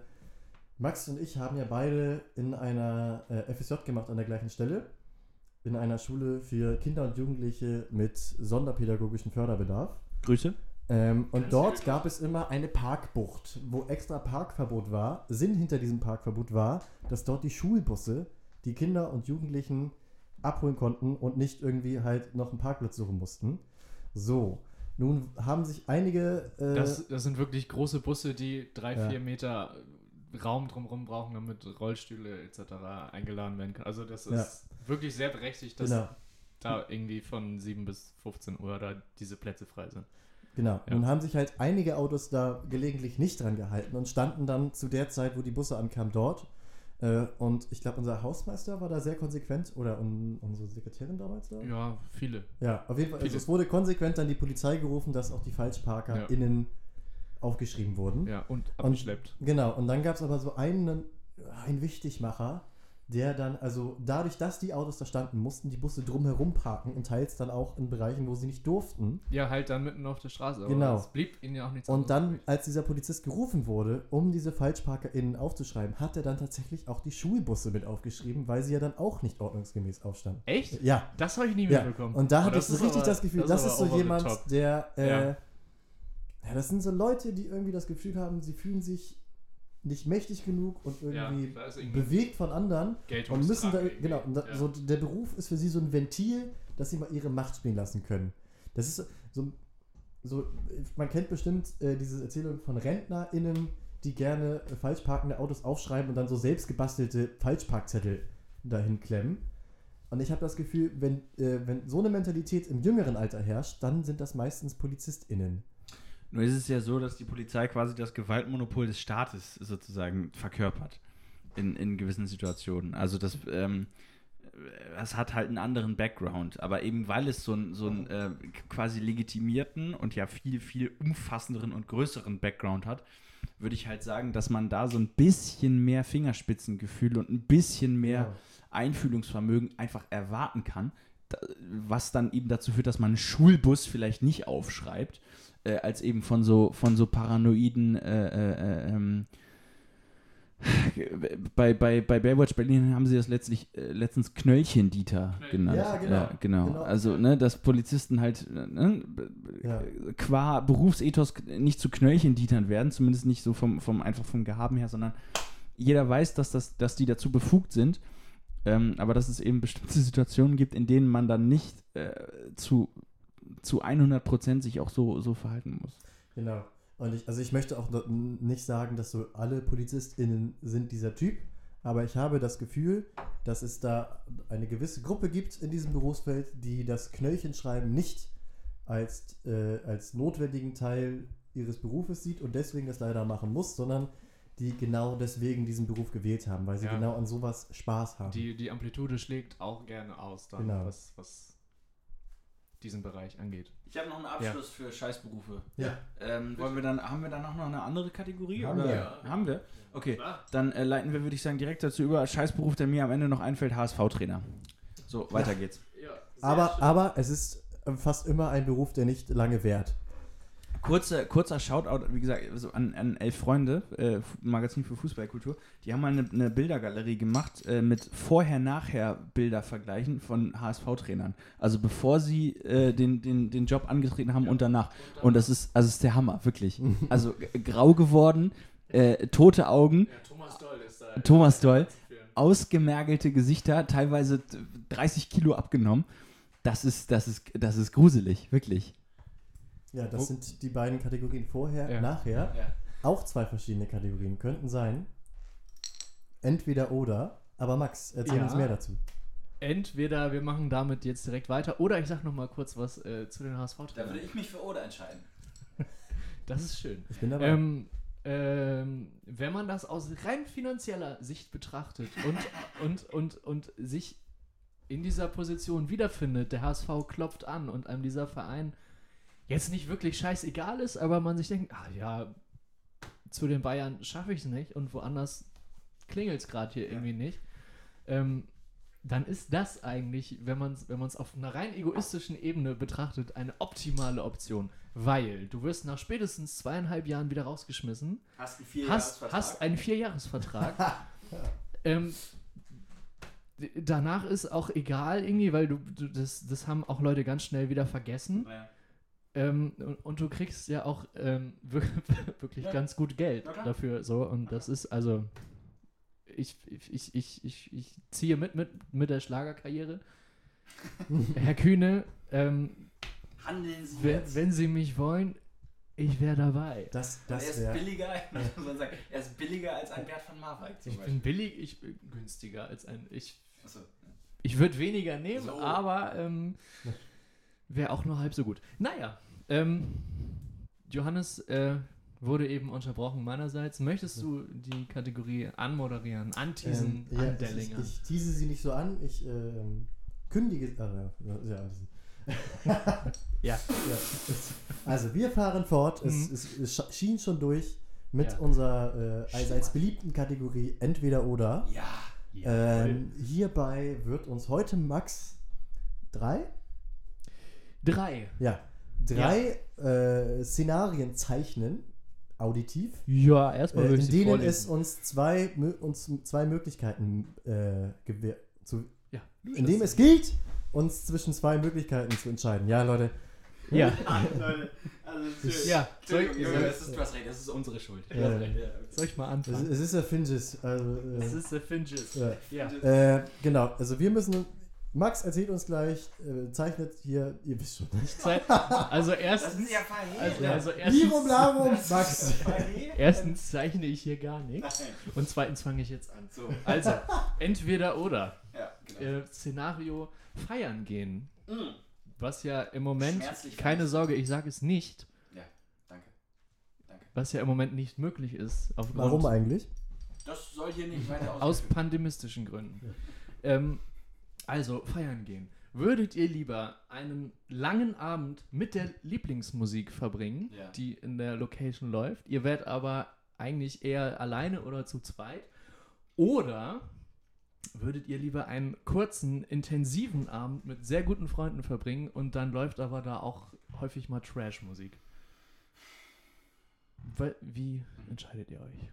[SPEAKER 1] Max und ich haben ja beide in einer FSJ gemacht an der gleichen Stelle, in einer Schule für Kinder und Jugendliche mit sonderpädagogischem Förderbedarf.
[SPEAKER 2] Grüße.
[SPEAKER 1] Und dort gab es immer eine Parkbucht, wo extra Parkverbot war. Sinn hinter diesem Parkverbot war, dass dort die Schulbusse die Kinder und Jugendlichen abholen konnten und nicht irgendwie halt noch einen Parkplatz suchen mussten. So, nun haben sich einige...
[SPEAKER 3] Das sind wirklich große Busse, die 3-4 Meter Raum drumherum brauchen, damit Rollstühle etc. eingeladen werden können. Also das ist wirklich sehr berechtigt, dass da irgendwie von 7 bis 15 Uhr da diese Plätze frei sind.
[SPEAKER 1] Genau. Ja. Nun haben sich halt einige Autos da gelegentlich nicht dran gehalten und standen dann zu der Zeit, wo die Busse ankamen, dort. Und ich glaube, unser Hausmeister war da sehr konsequent oder unsere Sekretärin damals da?
[SPEAKER 3] Ja, viele.
[SPEAKER 1] Ja, auf jeden Fall. Also es wurde konsequent dann die Polizei gerufen, dass auch die Falschparker innen aufgeschrieben wurden.
[SPEAKER 3] Ja, und abgeschleppt.
[SPEAKER 1] Genau, und dann gab es aber so einen Wichtigmacher, der dann, also dadurch, dass die Autos da standen, mussten die Busse drumherum parken und teils dann auch in Bereichen, wo sie nicht durften.
[SPEAKER 3] Ja, halt dann mitten auf der Straße. Aber
[SPEAKER 1] genau.
[SPEAKER 3] Es blieb ihnen ja auch nichts
[SPEAKER 1] anderes. Und dann, als dieser Polizist gerufen wurde, um diese FalschparkerInnen aufzuschreiben, hat er dann tatsächlich auch die Schulbusse mit aufgeschrieben, weil sie ja dann auch nicht ordnungsgemäß aufstanden.
[SPEAKER 3] Echt?
[SPEAKER 1] Ja.
[SPEAKER 3] Das habe ich nie mitbekommen.
[SPEAKER 1] Und da hatte ich so richtig das Gefühl, das ist so jemand, der das sind so Leute, die irgendwie das Gefühl haben, sie fühlen sich nicht mächtig genug und irgendwie bewegt von anderen und müssen da, genau, und so der Beruf ist für sie so ein Ventil, dass sie mal ihre Macht spielen lassen können. Das ist so man kennt bestimmt diese Erzählung von RentnerInnen, die gerne falsch parkende Autos aufschreiben und dann so selbst gebastelte Falschparkzettel dahin klemmen. Und ich habe das Gefühl, wenn so eine Mentalität im jüngeren Alter herrscht, dann sind das meistens PolizistInnen.
[SPEAKER 2] Nur ist es ja so, dass die Polizei quasi das Gewaltmonopol des Staates sozusagen verkörpert. in gewissen Situationen. Also das hat halt einen anderen Background, aber eben weil es so einen quasi legitimierten und ja viel, viel umfassenderen und größeren Background hat, würde ich halt sagen, dass man da so ein bisschen mehr Fingerspitzengefühl und ein bisschen mehr Einfühlungsvermögen einfach erwarten kann, was dann eben dazu führt, dass man einen Schulbus vielleicht nicht aufschreibt, als eben von so paranoiden bei Baywatch Berlin haben sie das letztens Knöllchen-Dieter genannt.
[SPEAKER 1] Ja, genau.
[SPEAKER 2] Also, dass Polizisten halt qua Berufsethos nicht zu Knöllchen-Dietern werden, zumindest nicht so einfach vom Gehaben her, sondern jeder weiß, dass die dazu befugt sind, aber dass es eben bestimmte Situationen gibt, in denen man dann nicht zu 100% sich auch so verhalten muss.
[SPEAKER 1] Genau. Und ich möchte auch nicht sagen, dass so alle PolizistInnen sind dieser Typ, aber ich habe das Gefühl, dass es da eine gewisse Gruppe gibt in diesem Berufsfeld, die das Knöllchenschreiben nicht als notwendigen Teil ihres Berufes sieht und deswegen das leider machen muss, sondern die genau deswegen diesen Beruf gewählt haben, weil sie genau an sowas Spaß haben.
[SPEAKER 3] Die Amplitude schlägt auch gerne aus, dann, was diesen Bereich angeht.
[SPEAKER 2] Ich habe noch einen Abschluss für Scheißberufe.
[SPEAKER 1] Ja.
[SPEAKER 2] Haben wir dann auch noch eine andere Kategorie?
[SPEAKER 1] Haben wir.
[SPEAKER 2] Haben wir? Okay, dann leiten wir, würde ich sagen, direkt dazu über. Scheißberuf, der mir am Ende noch einfällt, HSV-Trainer. So, weiter geht's.
[SPEAKER 3] Ja,
[SPEAKER 1] aber es ist fast immer ein Beruf, der nicht lange währt.
[SPEAKER 2] Kurzer Shoutout, wie gesagt, so an 11 Freunde, Magazin für Fußballkultur. Die haben mal eine Bildergalerie gemacht mit Vorher-Nachher-Bilder vergleichen von HSV-Trainern. Also bevor sie den Job angetreten haben und danach. Und das ist der Hammer, wirklich. Also grau geworden, tote Augen.
[SPEAKER 3] Ja, Thomas Doll ist da.
[SPEAKER 2] Thomas Doll. Ausgemergelte Gesichter, teilweise 30 Kilo abgenommen. Das ist gruselig, wirklich.
[SPEAKER 1] Ja, das sind die beiden Kategorien vorher, nachher. Ja. Auch zwei verschiedene Kategorien könnten sein. Entweder oder. Aber Max, erzähl uns mehr dazu.
[SPEAKER 3] Entweder wir machen damit jetzt direkt weiter oder ich sag noch mal kurz was zu den HSV-Trainern.
[SPEAKER 2] Da würde ich mich für oder entscheiden.
[SPEAKER 3] Das ist schön.
[SPEAKER 1] Ich bin dabei.
[SPEAKER 3] Wenn man das aus rein finanzieller Sicht betrachtet und sich in dieser Position wiederfindet, der HSV klopft an und einem dieser Verein jetzt nicht wirklich scheißegal ist, aber man sich denkt, zu den Bayern schaffe ich es nicht und woanders klingelt es gerade hier irgendwie nicht, dann ist das eigentlich, wenn man es auf einer rein egoistischen Ebene betrachtet, eine optimale Option, weil du wirst nach spätestens 2,5 Jahren wieder rausgeschmissen, hast einen 4-Jahres-Vertrag, danach ist auch egal irgendwie, weil das haben auch Leute ganz schnell wieder vergessen. Ja. Und du kriegst ja auch wirklich ganz gut Geld dafür. So. Und das ist also, ich ziehe mit der Schlagerkarriere. Herr Kühne,
[SPEAKER 2] handeln Sie jetzt.
[SPEAKER 3] Wenn Sie mich wollen, ich wäre dabei.
[SPEAKER 2] Er ist billiger, muss man sagen. Er ist billiger als ein Bert von Marwijk.
[SPEAKER 3] Ich bin günstiger als ein. Ich würde weniger nehmen, aber wäre auch nur halb so gut. Naja, Johannes wurde eben unterbrochen meinerseits. Möchtest du die Kategorie anmoderieren, anteasen, andellingern?
[SPEAKER 1] Ich tease sie nicht so an, ich kündige... Ja. Also wir fahren fort, es schien schon durch mit unserer allseits beliebten Kategorie Entweder oder.
[SPEAKER 3] Ja.
[SPEAKER 1] Hierbei wird uns heute Max drei Szenarien zeichnen, auditiv.
[SPEAKER 3] Ja, erstmal würde ich
[SPEAKER 1] in denen es uns zwei Möglichkeiten in dem es gilt, uns zwischen zwei Möglichkeiten zu entscheiden. Ja, Leute.
[SPEAKER 3] Ja.
[SPEAKER 2] Leute. Du hast recht, das ist unsere Schuld.
[SPEAKER 3] Soll ich mal anfangen?
[SPEAKER 1] Es ist der Finges.
[SPEAKER 3] Es ist der Finges.
[SPEAKER 1] Ja. Genau, also wir müssen... Max erzählt uns gleich, zeichnet hier, ihr wisst schon.
[SPEAKER 3] Also erstens...
[SPEAKER 1] Max.
[SPEAKER 3] Erstens zeichne ich hier gar nichts. Und zweitens fange ich jetzt an. So. Also, entweder oder.
[SPEAKER 2] Ja, genau.
[SPEAKER 3] Szenario feiern gehen. Was ja im Moment, keine Sorge, ich sage es nicht.
[SPEAKER 2] Ja, danke.
[SPEAKER 3] Was ja im Moment nicht möglich ist.
[SPEAKER 1] Warum eigentlich?
[SPEAKER 2] Das soll soll hier nicht weiter
[SPEAKER 3] Aus pandemistischen Gründen. Also, feiern gehen. Würdet ihr lieber einen langen Abend mit der Lieblingsmusik verbringen, die in der Location läuft? Ihr werdet aber eigentlich eher alleine oder zu zweit. Oder würdet ihr lieber einen kurzen, intensiven Abend mit sehr guten Freunden verbringen und dann läuft aber da auch häufig mal Trash-Musik? Wie entscheidet ihr euch?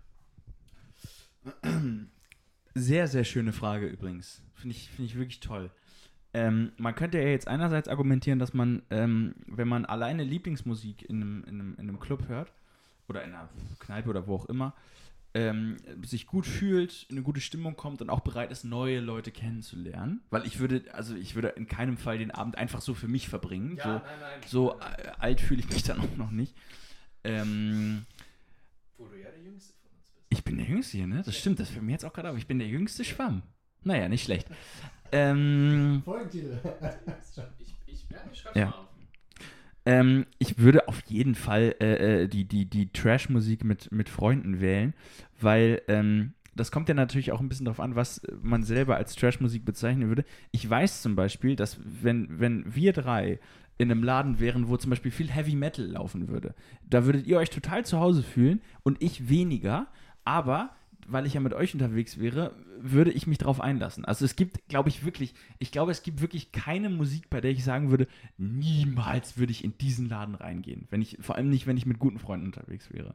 [SPEAKER 2] Sehr, sehr schöne Frage übrigens. Finde ich wirklich toll. Man könnte ja jetzt einerseits argumentieren, dass man, wenn man alleine Lieblingsmusik in einem Club hört oder in einer Kneipe oder wo auch immer, sich gut fühlt, in eine gute Stimmung kommt und auch bereit ist, neue Leute kennenzulernen. Weil ich würde in keinem Fall den Abend einfach so für mich verbringen.
[SPEAKER 3] Ja,
[SPEAKER 2] so alt fühle ich mich dann auch noch nicht.
[SPEAKER 3] Wo du ja der Jüngste von uns bist.
[SPEAKER 2] Ich bin der Jüngste hier, ne? Das stimmt, das fällt mir jetzt auch gerade auf. Ich bin der jüngste Schwamm. Naja, nicht schlecht.
[SPEAKER 1] Folgentitel.
[SPEAKER 3] Ich schreib's
[SPEAKER 2] Ja.
[SPEAKER 3] mal auf.
[SPEAKER 2] Ich würde auf jeden Fall die Trash-Musik mit Freunden wählen, weil das kommt ja natürlich auch ein bisschen darauf an, was man selber als Trash-Musik bezeichnen würde. Ich weiß zum Beispiel, dass wenn wir drei in einem Laden wären, wo zum Beispiel viel Heavy Metal laufen würde, da würdet ihr euch total zu Hause fühlen und ich weniger, aber weil ich ja mit euch unterwegs wäre, würde ich mich drauf einlassen. Also es gibt, es gibt wirklich keine Musik, bei der ich sagen würde, niemals würde ich in diesen Laden reingehen. Vor allem nicht, wenn ich mit guten Freunden unterwegs wäre.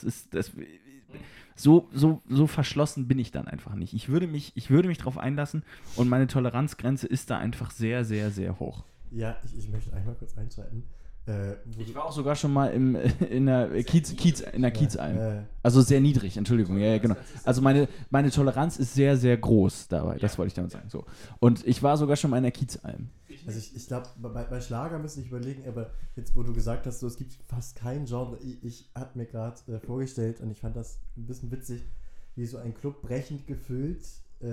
[SPEAKER 2] So verschlossen bin ich dann einfach nicht. Ich würde mich drauf einlassen und meine Toleranzgrenze ist da einfach sehr, sehr, sehr hoch.
[SPEAKER 1] Ja, ich möchte einmal kurz einschalten.
[SPEAKER 2] Ich war auch sogar schon mal in der Kiezalm. Also sehr niedrig, Entschuldigung. Ja, genau. Also meine Toleranz ist sehr, sehr groß dabei. Das wollte ich damit sagen. So. Und ich war sogar schon mal in der Kiezalm.
[SPEAKER 1] Also ich glaube, bei Schlager müsste ich überlegen, aber jetzt, wo du gesagt hast, so, es gibt fast kein Genre. Ich hatte mir gerade vorgestellt und ich fand das ein bisschen witzig, wie so ein Club brechend gefüllt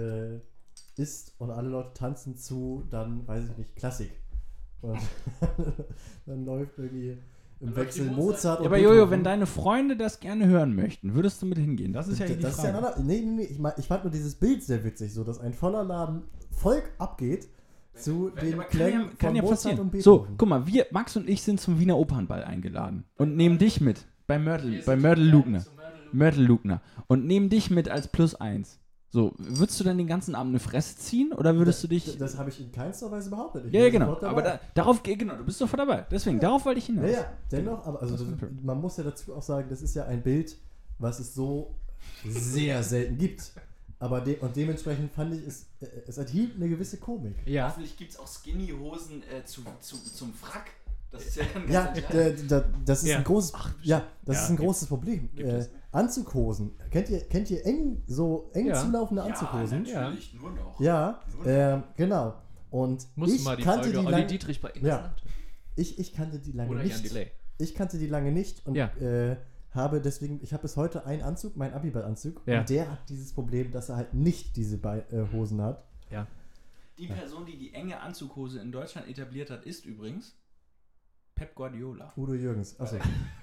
[SPEAKER 1] ist und alle Leute tanzen zu, dann, weiß ich nicht, Klassik. Und dann läuft irgendwie im Wechsel Mozart und
[SPEAKER 2] aber Jojo, wenn deine Freunde das gerne hören möchten, würdest du mit hingehen? Das ist ja die Frage.
[SPEAKER 1] Nee, ich fand nur dieses Bild sehr witzig, so dass ein voller Laden Volk abgeht zu den Klängen von Mozart und Beethoven.
[SPEAKER 2] So, guck mal, Max und ich sind zum Wiener Opernball eingeladen und nehmen dich mit bei Mörtel Lugner und nehmen dich mit als +1. So, würdest du dann den ganzen Abend eine Fresse ziehen oder würdest du dich...
[SPEAKER 1] Das habe ich in keinster Weise behauptet.
[SPEAKER 2] Ja, genau. Aber du bist sofort dabei. Deswegen, darauf wollte ich hinaus.
[SPEAKER 1] Ja, dennoch, aber man muss ja dazu auch sagen, das ist ja ein Bild, was es so sehr selten gibt. Aber dementsprechend fand ich, es enthielt eine gewisse Komik.
[SPEAKER 2] Ja. Hoffentlich gibt es auch Skinny-Hosen zum Frack. Das ist ja
[SPEAKER 1] dann das ist ein großes, ist ein großes Problem. Anzughosen. Kennt ihr eng zulaufende Anzughosen?
[SPEAKER 2] Ja, natürlich, nur noch.
[SPEAKER 1] Ja, genau. Und
[SPEAKER 3] ich kannte die Olli Dietrich bei
[SPEAKER 1] ich kannte die lange
[SPEAKER 3] oder
[SPEAKER 1] nicht. Ich kannte die lange nicht und habe deswegen, ich habe bis heute einen Anzug, meinen Abiball-Anzug, und der hat dieses Problem, dass er halt nicht diese Hosen hat.
[SPEAKER 2] Ja. Die Person, die enge Anzughose in Deutschland etabliert hat, ist übrigens Pep Guardiola.
[SPEAKER 1] Udo Jürgens. Achso.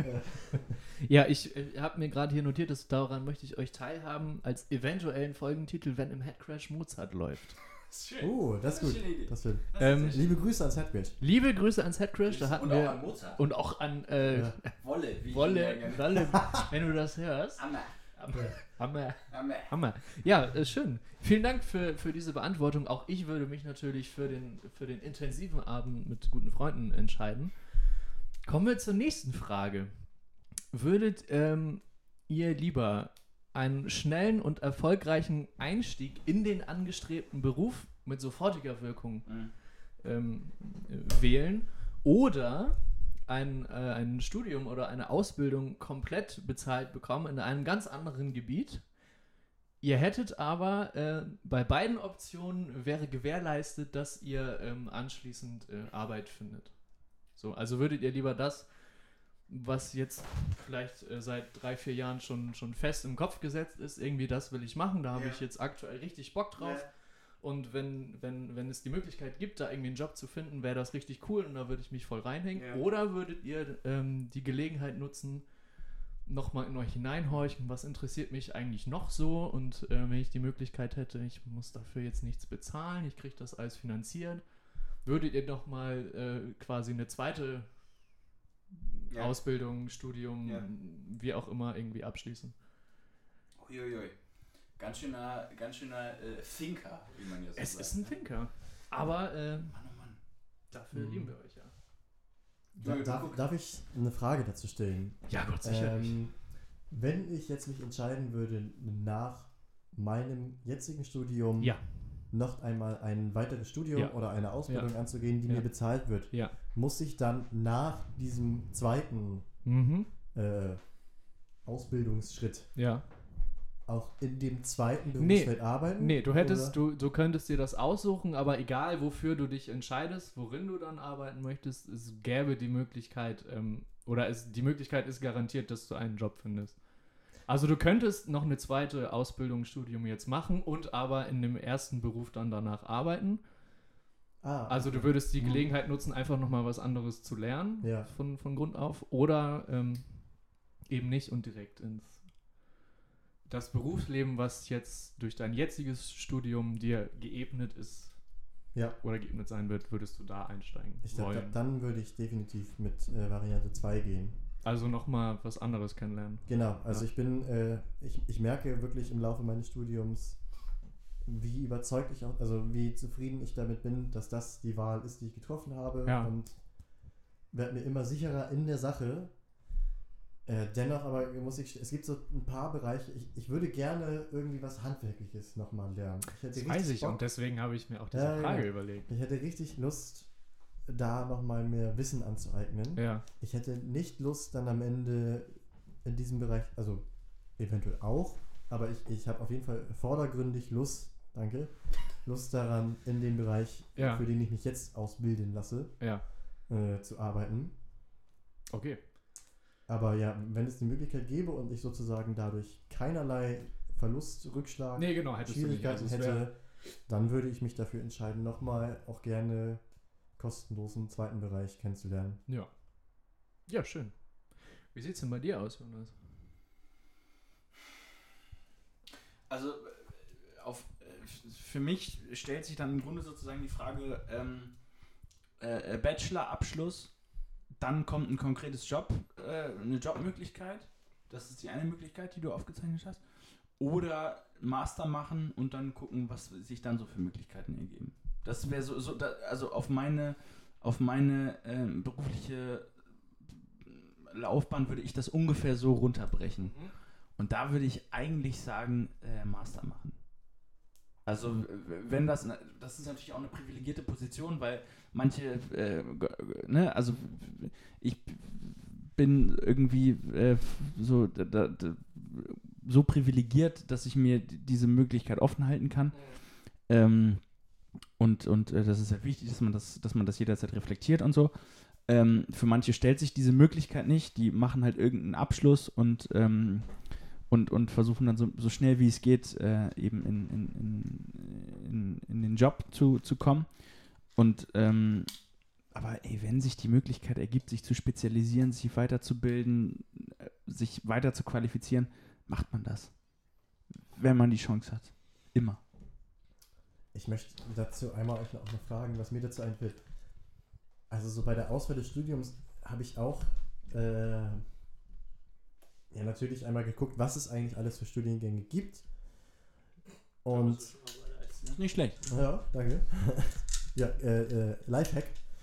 [SPEAKER 3] Ja, ich habe mir gerade hier notiert, dass daran möchte ich euch teilhaben, als eventuellen Folgentitel, wenn im Headcrash Mozart läuft.
[SPEAKER 1] Das ist schön. Das ist gut. Das ist
[SPEAKER 3] schön.
[SPEAKER 1] Liebe Grüße ans Headcrash.
[SPEAKER 3] Liebe Grüße ans Headcrash. Da hatten wir
[SPEAKER 2] auch an Mozart.
[SPEAKER 3] Und auch an
[SPEAKER 2] Wolle,
[SPEAKER 3] wenn du das hörst. Hammer. Ja, schön. Vielen Dank für diese Beantwortung. Auch ich würde mich natürlich für den intensiven Abend mit guten Freunden entscheiden. Kommen wir zur nächsten Frage. Würdet ihr lieber einen schnellen und erfolgreichen Einstieg in den angestrebten Beruf mit sofortiger Wirkung wählen oder ein Studium oder eine Ausbildung komplett bezahlt bekommen in einem ganz anderen Gebiet? Ihr hättet aber bei beiden Optionen wäre gewährleistet, dass ihr anschließend Arbeit findet. So, also würdet ihr lieber das, was jetzt vielleicht seit 3-4 Jahren schon fest im Kopf gesetzt ist, irgendwie das will ich machen, da habe ich jetzt aktuell richtig Bock drauf. Ja. Und wenn es die Möglichkeit gibt, da irgendwie einen Job zu finden, wäre das richtig cool und da würde ich mich voll reinhängen. Ja. Oder würdet ihr die Gelegenheit nutzen, nochmal in euch hineinhorchen, was interessiert mich eigentlich noch so, und wenn ich die Möglichkeit hätte, ich muss dafür jetzt nichts bezahlen, ich kriege das alles finanziert, würdet ihr nochmal quasi eine zweite Ausbildung, Studium, wie auch immer, irgendwie abschließen?
[SPEAKER 2] Uiuiui. Ganz schöner Thinker, wie man ja so sagt.
[SPEAKER 3] Es ist ein Thinker. Aber
[SPEAKER 2] Mann, oh Mann.
[SPEAKER 3] dafür lieben wir euch ja.
[SPEAKER 1] Darf ich eine Frage dazu stellen?
[SPEAKER 3] Ja, Gott sicherlich.
[SPEAKER 1] Wenn ich jetzt mich entscheiden würde, nach meinem jetzigen Studium noch einmal ein weiteres Studium oder eine Ausbildung anzugehen, die mir bezahlt wird, muss ich dann nach diesem zweiten Ausbildungsschritt auch in dem zweiten Berufsfeld arbeiten?
[SPEAKER 3] Nee, du könntest dir das aussuchen, aber egal wofür du dich entscheidest, worin du dann arbeiten möchtest, es gäbe die Möglichkeit, die Möglichkeit ist garantiert, dass du einen Job findest. Also du könntest noch eine zweite Ausbildung, Studium jetzt machen und aber in dem ersten Beruf dann danach arbeiten. Also du würdest die Gelegenheit nutzen, einfach nochmal was anderes zu lernen, von Grund auf, oder eben nicht und direkt ins das Berufsleben, was jetzt durch dein jetziges Studium dir geebnet ist oder geebnet sein wird, würdest du da einsteigen wollen.
[SPEAKER 1] Dann würde ich definitiv mit Variante 2 gehen.
[SPEAKER 3] Also nochmal was anderes kennenlernen.
[SPEAKER 1] Genau, also ich merke wirklich im Laufe meines Studiums, wie überzeugt ich auch, also wie zufrieden ich damit bin, dass das die Wahl ist, die ich getroffen habe, und werde mir immer sicherer in der Sache. Dennoch aber es gibt so ein paar Bereiche, ich würde gerne irgendwie was Handwerkliches nochmal lernen.
[SPEAKER 3] Das weiß ich, und deswegen habe ich mir auch diese Frage überlegt.
[SPEAKER 1] Ich hätte richtig Lust, da nochmal mehr Wissen anzueignen.
[SPEAKER 3] Ja.
[SPEAKER 1] Ich hätte nicht Lust, dann am Ende in diesem Bereich, also eventuell auch, aber ich habe auf jeden Fall vordergründig Lust daran, in dem Bereich, für den ich mich jetzt ausbilden lasse, zu arbeiten.
[SPEAKER 3] Okay.
[SPEAKER 1] Aber ja, wenn es die Möglichkeit gäbe und ich sozusagen dadurch keinerlei Verlust, Rückschlag, Schwierigkeiten hätte, dann würde ich mich dafür entscheiden, nochmal auch gerne kostenlosen zweiten Bereich kennenzulernen.
[SPEAKER 3] Ja. Ja, schön. Wie sieht es denn bei dir aus, Jonas?
[SPEAKER 2] Also für mich stellt sich dann im Grunde sozusagen die Frage, Bachelor-Abschluss, dann kommt ein konkretes eine Jobmöglichkeit. Das ist die eine Möglichkeit, die du aufgezeichnet hast. Oder Master machen und dann gucken, was sich dann so für Möglichkeiten ergeben. Das wäre also auf meine berufliche Laufbahn würde ich das ungefähr so runterbrechen. Und da würde ich eigentlich sagen, Master machen. Also wenn das ist natürlich auch eine privilegierte Position, weil manche, also ich bin irgendwie so privilegiert, dass ich mir diese Möglichkeit offen halten kann. Und das ist ja wichtig, dass man das jederzeit reflektiert und so. Für manche stellt sich diese Möglichkeit nicht, die machen halt irgendeinen Abschluss und versuchen dann so schnell wie es geht eben in den Job zu kommen. Und aber wenn sich die Möglichkeit ergibt, sich zu spezialisieren, sich weiterzubilden, sich weiter zu qualifizieren, macht man das. Wenn man die Chance hat. Immer.
[SPEAKER 1] Ich möchte dazu einmal euch noch fragen, was mir dazu einfällt. Also so bei der Auswahl des Studiums habe ich auch natürlich einmal geguckt, was es eigentlich alles für Studiengänge gibt. Und
[SPEAKER 2] das ist nicht schlecht.
[SPEAKER 1] Ja, danke. Ja, Lifehack.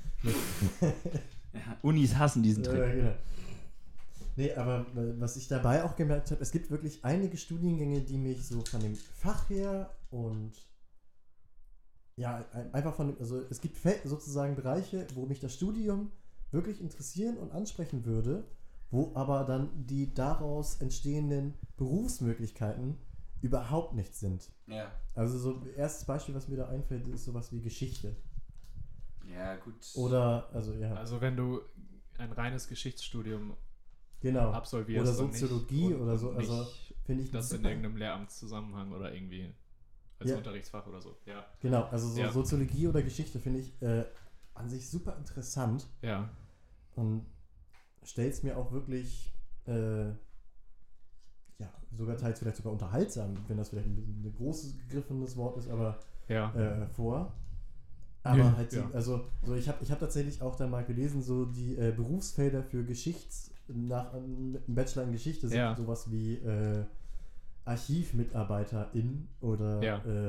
[SPEAKER 2] Unis hassen diesen Trick.
[SPEAKER 1] Genau. Nee, aber was ich dabei auch gemerkt habe, es gibt wirklich einige Studiengänge, die mich so von dem Fach her und einfach also es gibt sozusagen Bereiche, wo mich das Studium wirklich interessieren und ansprechen würde, wo aber dann die daraus entstehenden Berufsmöglichkeiten überhaupt nicht sind.
[SPEAKER 2] Ja.
[SPEAKER 1] Also so erstes Beispiel, was mir da einfällt, ist sowas wie Geschichte.
[SPEAKER 2] Ja, gut.
[SPEAKER 1] Oder,
[SPEAKER 3] Also wenn du ein reines Geschichtsstudium
[SPEAKER 1] absolvierst. Oder Soziologie oder so. Also finde ich
[SPEAKER 3] das in irgendeinem Lehramtszusammenhang oder irgendwie als Unterrichtsfach oder so. Ja.
[SPEAKER 1] Genau, also so Soziologie oder Geschichte finde ich an sich super interessant.
[SPEAKER 3] Ja.
[SPEAKER 1] Und stellt es mir auch wirklich sogar teils vielleicht sogar unterhaltsam, wenn das vielleicht ein großes gegriffenes Wort ist, aber vor. Aber
[SPEAKER 3] Ja,
[SPEAKER 1] halt,
[SPEAKER 3] ja.
[SPEAKER 1] also so ich hab tatsächlich auch da mal gelesen, so die Berufsfelder für im Bachelor in Geschichte sind sowas wie Archivmitarbeiterin oder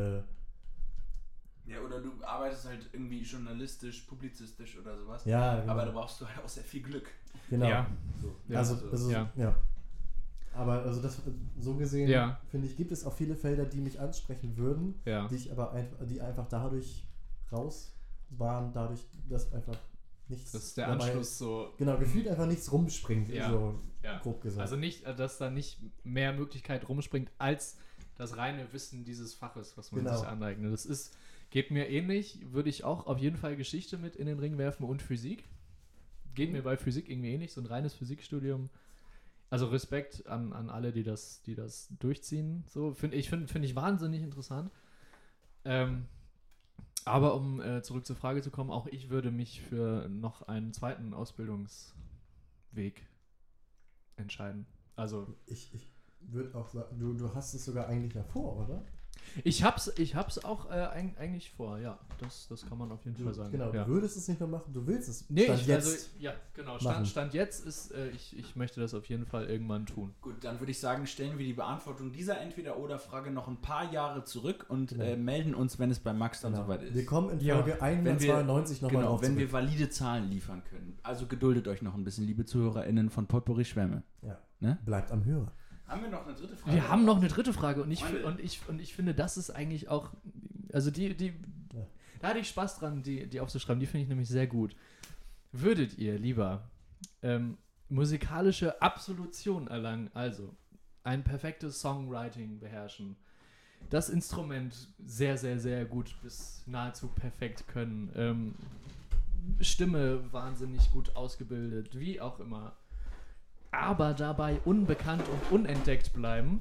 [SPEAKER 2] ja, oder du arbeitest halt irgendwie journalistisch, publizistisch oder sowas.
[SPEAKER 1] Ja, genau.
[SPEAKER 2] Aber da brauchst du halt auch sehr viel Glück.
[SPEAKER 1] Genau.
[SPEAKER 3] Ja.
[SPEAKER 2] So.
[SPEAKER 3] Ja,
[SPEAKER 1] Also
[SPEAKER 3] ja.
[SPEAKER 1] Aber also das so gesehen,
[SPEAKER 3] Ja.
[SPEAKER 1] finde ich, gibt es auch viele Felder, die mich ansprechen würden,
[SPEAKER 3] Ja.
[SPEAKER 1] die ich aber die einfach dadurch raus waren, dadurch, dass einfach nichts.
[SPEAKER 3] Das ist der
[SPEAKER 1] dabei,
[SPEAKER 3] Anschluss so.
[SPEAKER 1] Genau, gefühlt einfach nichts rumspringt,
[SPEAKER 3] Ja.
[SPEAKER 1] so
[SPEAKER 3] Ja.
[SPEAKER 1] grob gesagt.
[SPEAKER 3] Also nicht, dass da nicht mehr Möglichkeit rumspringt, als das reine Wissen dieses Faches, was man sich aneignet. Das geht mir ähnlich, würde ich auch auf jeden Fall Geschichte mit in den Ring werfen und Physik. Geht mir bei Physik irgendwie ähnlich, so ein reines Physikstudium. Also Respekt an alle, die das durchziehen. So, finde ich wahnsinnig interessant. Aber um zurück zur Frage zu kommen, auch ich würde mich für noch einen zweiten Ausbildungsweg entscheiden. Also
[SPEAKER 1] Ich würde auch sagen, du hast es sogar eigentlich davor, oder?
[SPEAKER 3] ich hab's auch eigentlich vor, ja. Das kann man auf jeden Fall sagen.
[SPEAKER 1] Genau,
[SPEAKER 3] ja.
[SPEAKER 1] du würdest es nicht mehr machen, du willst es.
[SPEAKER 3] Nee,
[SPEAKER 1] machen.
[SPEAKER 3] Stand jetzt ist, ich möchte das auf jeden Fall irgendwann tun.
[SPEAKER 2] Gut, dann würde ich sagen, stellen wir die Beantwortung dieser Entweder-Oder-Frage noch ein paar Jahre zurück und melden uns, wenn es bei Max dann soweit ist.
[SPEAKER 1] Wir kommen in Folge 192 nochmal
[SPEAKER 2] Genau,
[SPEAKER 1] drauf
[SPEAKER 2] wenn
[SPEAKER 1] zurück.
[SPEAKER 2] wir valide Zahlen liefern können. Also geduldet euch noch ein bisschen, liebe ZuhörerInnen von Potpourri Schwämme.
[SPEAKER 1] Ja.
[SPEAKER 2] Ne?
[SPEAKER 1] Bleibt am Hörer.
[SPEAKER 2] Haben wir noch eine dritte Frage?
[SPEAKER 3] Wir haben noch eine dritte Frage und ich finde, das ist eigentlich auch, also da hatte ich Spaß dran, die aufzuschreiben, die finde ich nämlich sehr gut. Würdet ihr lieber musikalische Absolution erlangen, also ein perfektes Songwriting beherrschen, das Instrument sehr, sehr, sehr gut bis nahezu perfekt können, Stimme wahnsinnig gut ausgebildet, wie auch immer, aber dabei unbekannt und unentdeckt bleiben.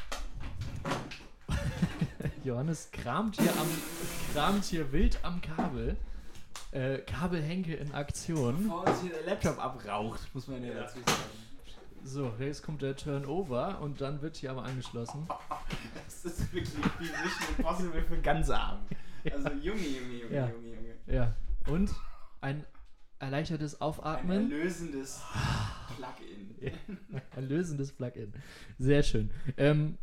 [SPEAKER 3] Johannes kramt hier wild am Kabel. Kabelhenke in Aktion.
[SPEAKER 2] Bevor uns hier der Laptop abraucht, muss man ja dazu sagen.
[SPEAKER 3] So, jetzt kommt der Turnover und dann wird hier aber angeschlossen.
[SPEAKER 2] Das ist wirklich wie Mission Impossible für ganz arm. Also Junge.
[SPEAKER 3] Ja, und ein erleichtertes Aufatmen.
[SPEAKER 2] Ein erlösendes Plugin.
[SPEAKER 3] Ein lösendes Plugin. Sehr schön. Ein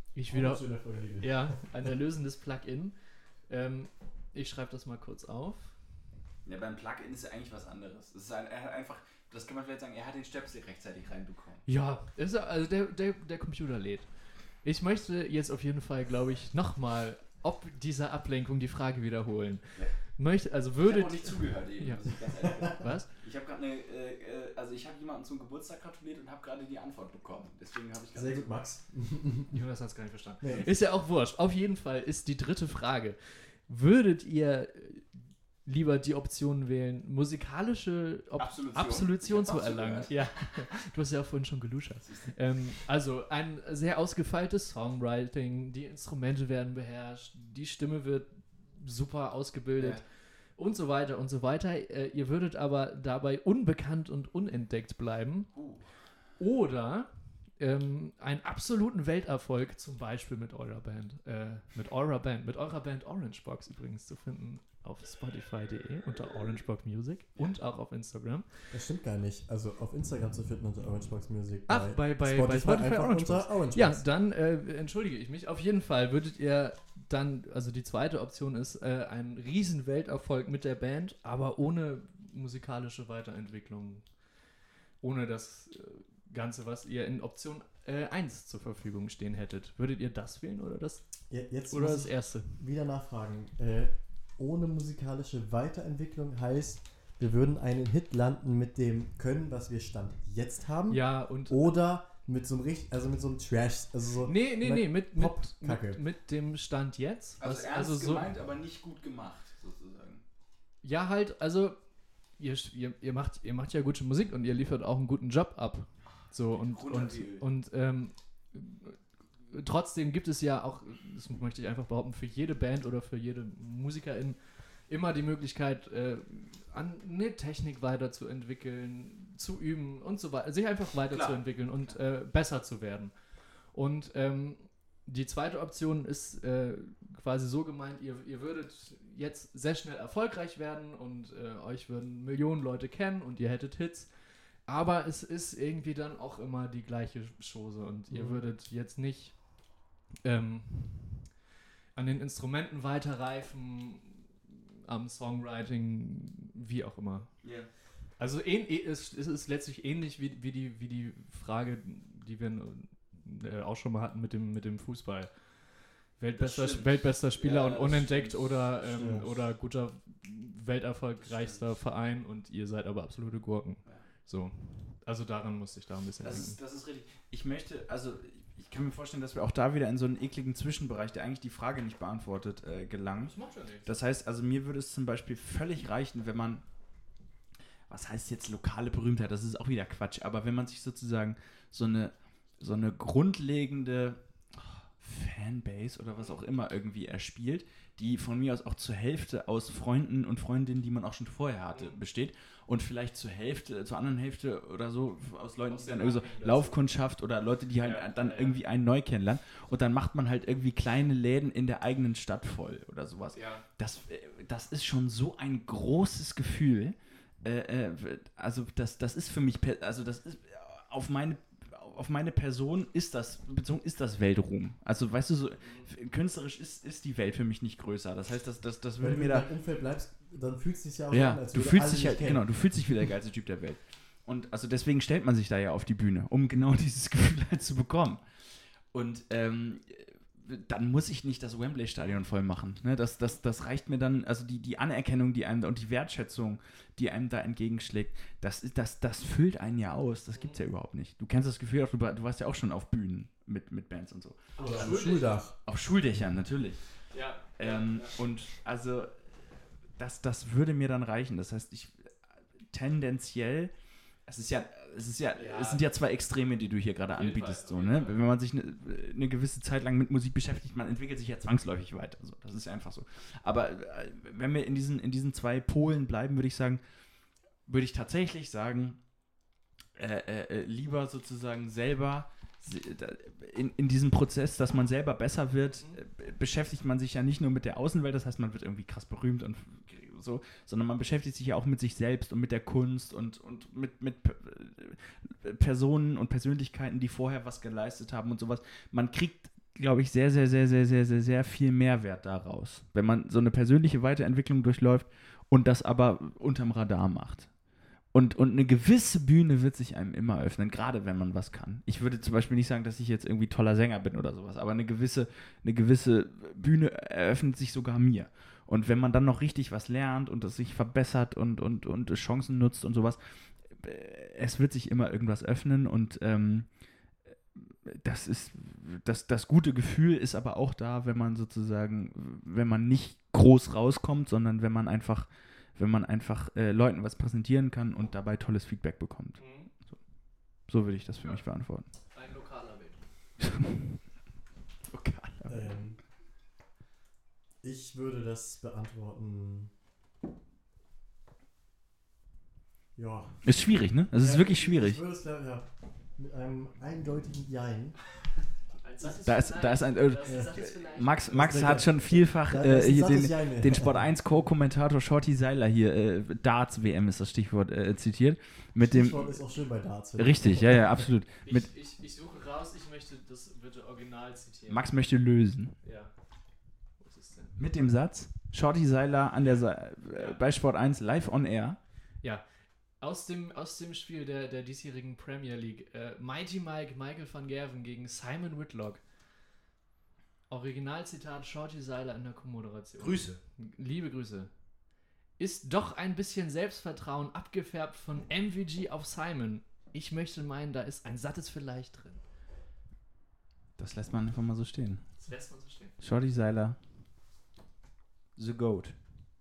[SPEAKER 3] erlösendes Plugin. Ich schreibe das mal kurz auf.
[SPEAKER 2] Ja, beim Plugin ist ja eigentlich was anderes. Es ist er hat einfach, das kann man vielleicht sagen, er hat den Stöpsel rechtzeitig reinbekommen.
[SPEAKER 3] Ja, also der Computer lädt. Ich möchte jetzt auf jeden Fall, glaube ich, nochmal ob dieser Ablenkung die Frage wiederholen. Ja.
[SPEAKER 2] Ich habe auch nicht zugehört eben, muss ich ganz ehrlich sagen.
[SPEAKER 3] Was?
[SPEAKER 2] Ich habe gerade ich habe jemanden zum Geburtstag gratuliert und habe gerade die Antwort bekommen. Deswegen habe ich
[SPEAKER 1] Sehr gut, Max.
[SPEAKER 3] Jonas hat es gar nicht verstanden.
[SPEAKER 1] Nee.
[SPEAKER 3] Ist ja auch wurscht. Auf jeden Fall ist die dritte Frage. Würdet ihr lieber die Option wählen, musikalische Absolution zu erlangen? Ja, du hast ja auch vorhin schon geluschert. Also ein sehr ausgefeiltes Songwriting, die Instrumente werden beherrscht, die Stimme wird super ausgebildet und so weiter und so weiter. Ihr würdet aber dabei unbekannt und unentdeckt bleiben. Oder einen absoluten Welterfolg, zum Beispiel mit eurer Band. Mit eurer Band Orangebox übrigens zu finden auf Spotify.de unter Orangebox Music und auch auf Instagram.
[SPEAKER 1] Das stimmt gar nicht. Also auf Instagram zu finden unter Orangebox Music.
[SPEAKER 3] Ach, bei Spotify
[SPEAKER 1] Orangebox.
[SPEAKER 3] Ja, dann entschuldige ich mich. Auf jeden Fall würdet ihr dann, also die zweite Option ist ein riesen Welterfolg mit der Band, aber ohne musikalische Weiterentwicklung. Ohne das Ganze, was ihr in Option 1 zur Verfügung stehen hättet. Würdet ihr das wählen oder das?
[SPEAKER 1] Jetzt
[SPEAKER 3] oder das erste?
[SPEAKER 1] Wieder nachfragen. Ohne musikalische Weiterentwicklung heißt, wir würden einen Hit landen mit dem Können, was wir Stand jetzt haben.
[SPEAKER 3] Ja, und
[SPEAKER 1] oder mit so einem Trash, also so
[SPEAKER 3] mit dem Stand jetzt.
[SPEAKER 2] Also ernst gemeint, aber nicht gut gemacht, sozusagen.
[SPEAKER 3] Ja, halt, also ihr macht ja gute Musik und ihr liefert auch einen guten Job ab. So und trotzdem gibt es ja auch, das möchte ich einfach behaupten, für jede Band oder für jede Musikerin immer die Möglichkeit, an eine Technik weiterzuentwickeln, zu üben und so weiter, sich einfach weiterzuentwickeln und besser zu werden. Und die zweite Option ist quasi so gemeint, ihr würdet jetzt sehr schnell erfolgreich werden und euch würden Millionen Leute kennen und ihr hättet Hits. Aber es ist irgendwie dann auch immer die gleiche Chose und ihr würdet jetzt nicht an den Instrumenten weiterreifen, am Songwriting, wie auch immer.
[SPEAKER 2] Yeah.
[SPEAKER 3] Also es ist letztlich ähnlich wie die Frage, die wir auch schon mal hatten mit dem Fußball. Weltbester Spieler und unentdeckt oder guter, welterfolgreichster Verein und ihr seid aber absolute Gurken. So. Also daran musste ich da ein bisschen denken.
[SPEAKER 2] Das ist richtig. Ich kann mir vorstellen, dass wir auch da wieder in so einen ekligen Zwischenbereich, der eigentlich die Frage nicht beantwortet, gelangen.
[SPEAKER 3] Das macht ja nichts.
[SPEAKER 2] Das heißt, also mir würde es zum Beispiel völlig reichen, wenn man, was heißt jetzt lokale Berühmtheit, das ist auch wieder Quatsch, aber wenn man sich sozusagen so eine grundlegende Fanbase oder was auch immer irgendwie erspielt, die von mir aus auch zur Hälfte aus Freunden und Freundinnen, die man auch schon vorher hatte, besteht und vielleicht zur anderen Hälfte oder so aus Leuten, die dann irgendwie so Laufkundschaft oder Leute, die halt dann irgendwie einen neu kennenlernen und dann macht man halt irgendwie kleine Läden in der eigenen Stadt voll oder sowas. Ja. Das ist schon so ein großes Gefühl. Also das ist für mich, also das ist auf meine Person ist das Weltruhm. Also weißt du, so künstlerisch ist die Welt für mich nicht größer. Das heißt, das würde mir da...
[SPEAKER 1] Wenn du im Umfeld bleibst, dann fühlst du dich ja auch
[SPEAKER 2] ja,
[SPEAKER 1] an, als
[SPEAKER 2] du fühlst dich halt, genau, du fühlst dich wie der geilste Typ der Welt. Und also deswegen stellt man sich da ja auf die Bühne, um genau dieses Gefühl halt zu bekommen. Und dann muss ich nicht das Wembley-Stadion voll machen. Ne? Das reicht mir dann, also die Anerkennung, die einem und die Wertschätzung, die einem da entgegenschlägt, das füllt einen ja aus. Das gibt's ja überhaupt nicht. Du kennst das Gefühl auch, du warst ja auch schon auf Bühnen mit Bands und so.
[SPEAKER 1] Oder am Schuldach.
[SPEAKER 2] Auf Schuldächern, natürlich.
[SPEAKER 3] Ja.
[SPEAKER 2] Und also das würde mir dann reichen. Das heißt, ich tendenziell, es sind ja zwei Extreme, die du hier gerade anbietest. So, ne? Wenn man sich eine gewisse Zeit lang mit Musik beschäftigt, man entwickelt sich ja zwangsläufig weiter. So, das ist ja einfach so. Aber wenn wir in diesen zwei Polen bleiben, würde ich tatsächlich sagen, lieber sozusagen selber in diesem Prozess, dass man selber besser wird, beschäftigt man sich ja nicht nur mit der Außenwelt, das heißt, man wird irgendwie krass berühmt und so, sondern man beschäftigt sich ja auch mit sich selbst und mit der Kunst und mit Personen und Persönlichkeiten, die vorher was geleistet haben und sowas. Man kriegt, glaube ich, sehr, sehr, sehr, sehr, sehr, sehr, sehr viel Mehrwert daraus, wenn man so eine persönliche Weiterentwicklung durchläuft und das aber unterm Radar macht. Und eine gewisse Bühne wird sich einem immer öffnen, gerade wenn man was kann. Ich würde zum Beispiel nicht sagen, dass ich jetzt irgendwie toller Sänger bin oder sowas, aber eine gewisse Bühne eröffnet sich sogar mir. Und wenn man dann noch richtig was lernt und es sich verbessert und Chancen nutzt und sowas, es wird sich immer irgendwas öffnen und das gute Gefühl ist aber auch da, wenn man sozusagen, wenn man nicht groß rauskommt, sondern wenn man einfach Leuten was präsentieren kann und dabei tolles Feedback bekommt. So würde ich das für mich beantworten.
[SPEAKER 3] Ein lokaler Weg.
[SPEAKER 2] Lokaler Weg.
[SPEAKER 1] Ich würde das beantworten. Ja.
[SPEAKER 2] Ist schwierig, ne? Das ist wirklich schwierig.
[SPEAKER 1] Ich würde es mit einem eindeutigen Jein.
[SPEAKER 2] Da ist ein Max hat schon vielfach hier den Sport 1 Co-Kommentator Shorty Seiler hier, Darts WM ist das Stichwort, zitiert.
[SPEAKER 1] Stichwort ist auch schön bei Darts.
[SPEAKER 2] Richtig, ja, absolut.
[SPEAKER 3] Ich suche raus, ich möchte das bitte original zitieren.
[SPEAKER 2] Max möchte lösen.
[SPEAKER 3] Ja. Wo ist es denn?
[SPEAKER 2] Mit dem Satz, Shorty Seiler bei Sport 1 live on air.
[SPEAKER 3] Ja. Aus dem Spiel der diesjährigen Premier League. Mighty Mike, Michael van Gerwen gegen Simon Whitlock. Originalzitat Shorty Seiler in der Co-Moderation.
[SPEAKER 2] Grüße.
[SPEAKER 3] Liebe Grüße. Ist doch ein bisschen Selbstvertrauen abgefärbt von MVG auf Simon. Ich möchte meinen, da ist ein sattes Vielleicht drin.
[SPEAKER 2] Das lässt man einfach mal so stehen.
[SPEAKER 3] Das lässt man so stehen.
[SPEAKER 2] Shorty Seiler. The Goat.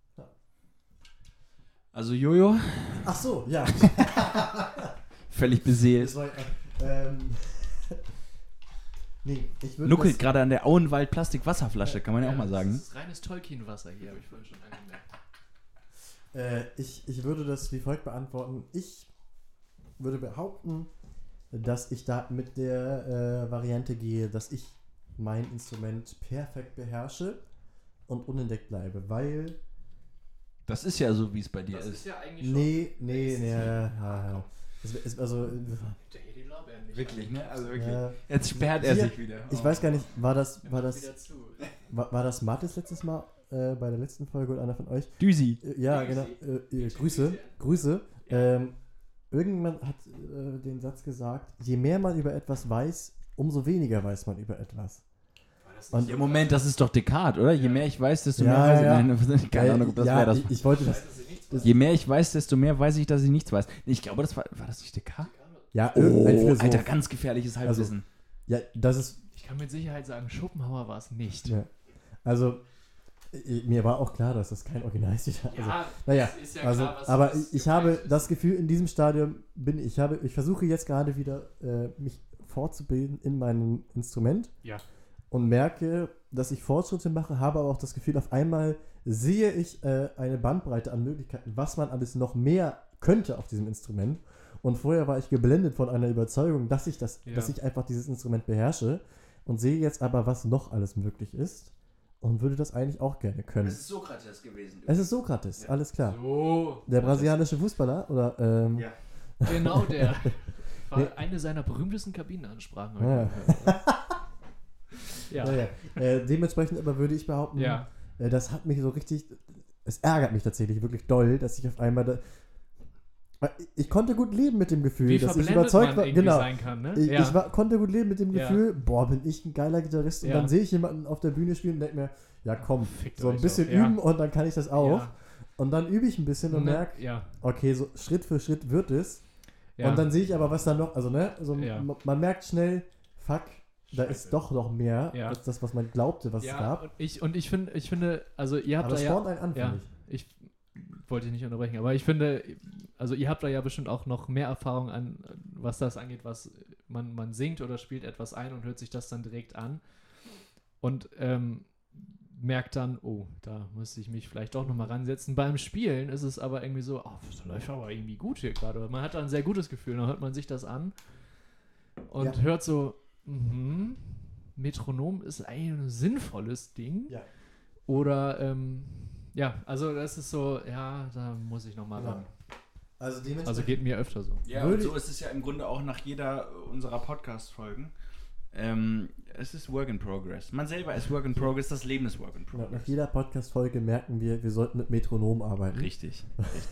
[SPEAKER 2] Also Jojo.
[SPEAKER 1] Ach so, ja.
[SPEAKER 2] Völlig beseelt.
[SPEAKER 1] Das war, nee, ich würde
[SPEAKER 2] Nuckelt gerade an der Auenwald Plastikwasserflasche, kann man ja auch mal sagen.
[SPEAKER 3] Das ist reines Tolkien-Wasser hier, habe ich vorhin schon angemerkt.
[SPEAKER 1] Ich würde das wie folgt beantworten. Ich würde behaupten, dass ich da mit der Variante gehe, dass ich mein Instrument perfekt beherrsche und unentdeckt bleibe, weil...
[SPEAKER 2] Das ist ja so, wie es bei dir
[SPEAKER 3] Das
[SPEAKER 2] ist.
[SPEAKER 3] ist ja eigentlich schon...
[SPEAKER 1] Nee, ja. Also,
[SPEAKER 3] Der hier die Lorbeeren nicht.
[SPEAKER 2] Wirklich, ne? Also wirklich.
[SPEAKER 1] Ja.
[SPEAKER 2] Jetzt sperrt er
[SPEAKER 1] Hier,
[SPEAKER 2] sich wieder.
[SPEAKER 1] ich weiß gar nicht, war das
[SPEAKER 3] Wieder zu.
[SPEAKER 1] Mathis letztes Mal bei der letzten Folge oder einer von euch?
[SPEAKER 2] Düsi.
[SPEAKER 1] Ja, genau. Grüße. Irgendjemand hat den Satz gesagt, je mehr man über etwas weiß, umso weniger weiß man über etwas.
[SPEAKER 2] Und im Moment, das ist doch Descartes, oder? Je mehr ich weiß, desto mehr
[SPEAKER 1] Ja,
[SPEAKER 2] weiß ich.
[SPEAKER 1] ja.
[SPEAKER 2] Nein, keine Ahnung, ob das wäre das.
[SPEAKER 1] Ich wollte das.
[SPEAKER 2] Je mehr ich weiß, desto mehr weiß ich, dass ich nichts weiß. Ich glaube, das war das nicht Descartes?
[SPEAKER 1] Ja, irgendein Philosoph.
[SPEAKER 2] Alter, ganz gefährliches Halbwissen.
[SPEAKER 1] Ja, das ist.
[SPEAKER 3] Ich kann mit Sicherheit sagen, Schopenhauer war es nicht.
[SPEAKER 1] Ja. Also, mir war auch klar, dass das kein Originalzitat ist.
[SPEAKER 3] Ja,
[SPEAKER 1] naja,
[SPEAKER 3] ist ja
[SPEAKER 1] also,
[SPEAKER 3] klar, was
[SPEAKER 1] aber
[SPEAKER 3] das
[SPEAKER 1] ich habe
[SPEAKER 3] gemeint ist.
[SPEAKER 1] das Gefühl, in diesem Stadium ich versuche jetzt gerade wieder, mich fortzubilden in meinem Instrument.
[SPEAKER 3] Ja.
[SPEAKER 1] Und merke, dass ich Fortschritte mache, habe aber auch das Gefühl, auf einmal sehe ich eine Bandbreite an Möglichkeiten, was man alles noch mehr könnte auf diesem Instrument. Und vorher war ich geblendet von einer Überzeugung, dass ich einfach dieses Instrument beherrsche und sehe jetzt aber, was noch alles möglich ist und würde das eigentlich auch gerne können.
[SPEAKER 2] Es ist Sokrates gewesen.
[SPEAKER 1] Es ist Sokrates,
[SPEAKER 2] Ja.
[SPEAKER 1] alles klar.
[SPEAKER 3] So.
[SPEAKER 1] Der brasilianische Fußballer, oder?
[SPEAKER 2] Ja.
[SPEAKER 3] Genau der. War
[SPEAKER 1] Nee.
[SPEAKER 3] eine seiner berühmtesten Kabinenansprachen.
[SPEAKER 1] Ja.
[SPEAKER 3] Ja.
[SPEAKER 1] Naja, dementsprechend aber würde ich behaupten,
[SPEAKER 3] Ja.
[SPEAKER 1] das hat mich so richtig, es ärgert mich tatsächlich wirklich doll, dass ich auf einmal ich konnte gut leben mit dem Gefühl,
[SPEAKER 3] Wie
[SPEAKER 1] dass ich
[SPEAKER 3] verblendet
[SPEAKER 1] überzeugt
[SPEAKER 3] man
[SPEAKER 1] war.
[SPEAKER 3] irgendwie
[SPEAKER 1] Genau.
[SPEAKER 3] sein kann, ne?
[SPEAKER 1] Ich konnte gut leben mit dem
[SPEAKER 3] Ja.
[SPEAKER 1] Gefühl, boah, bin ich ein geiler Gitarrist. Und
[SPEAKER 3] Ja.
[SPEAKER 1] dann sehe ich jemanden auf der Bühne spielen und denke mir, ja komm,
[SPEAKER 3] Fickt
[SPEAKER 1] so ein
[SPEAKER 3] euch
[SPEAKER 1] bisschen
[SPEAKER 3] doch. Ja.
[SPEAKER 1] üben und dann kann ich das auch.
[SPEAKER 3] Ja.
[SPEAKER 1] Und dann übe ich ein bisschen und
[SPEAKER 3] Ne?
[SPEAKER 1] merke,
[SPEAKER 3] Ja.
[SPEAKER 1] okay, so Schritt für Schritt wird es.
[SPEAKER 3] Ja.
[SPEAKER 1] Und dann sehe ich aber, was da noch, also ne, so,
[SPEAKER 3] Ja.
[SPEAKER 1] man merkt schnell, fuck, da ist doch noch mehr
[SPEAKER 3] Ja.
[SPEAKER 1] als das, was man glaubte, was es
[SPEAKER 3] Ja,
[SPEAKER 1] gab.
[SPEAKER 3] und ich finde, also ihr habt
[SPEAKER 1] Aber
[SPEAKER 3] da
[SPEAKER 1] es
[SPEAKER 3] ja,
[SPEAKER 1] spornt einen an,
[SPEAKER 3] ja,
[SPEAKER 1] finde ich.
[SPEAKER 3] ich wollte dich nicht unterbrechen, aber ich finde, also ihr habt da ja bestimmt auch noch mehr Erfahrung an, was das angeht, was man singt oder spielt etwas ein und hört sich das dann direkt an und merkt dann, oh, da müsste ich mich vielleicht doch nochmal ransetzen. Beim Spielen ist es aber irgendwie so, oh, das läuft aber irgendwie gut hier gerade. Man hat da ein sehr gutes Gefühl, dann hört man sich das an und
[SPEAKER 1] Ja.
[SPEAKER 3] hört so, Metronom ist eigentlich ein sinnvolles Ding.
[SPEAKER 1] Ja.
[SPEAKER 3] Oder, ja, also das ist so, ja, da muss ich nochmal
[SPEAKER 1] Ja.
[SPEAKER 3] ran.
[SPEAKER 1] Also dementsprechend.
[SPEAKER 3] Also geht mir öfter so.
[SPEAKER 2] Ja, und so ist es ja im Grunde auch nach jeder unserer Podcast-Folgen. Es ist Work in Progress. Man selber ist Work in Progress, das Leben ist Work in
[SPEAKER 1] nach
[SPEAKER 2] Progress.
[SPEAKER 1] jeder Podcast-Folge merken wir sollten mit Metronom arbeiten.
[SPEAKER 2] Richtig.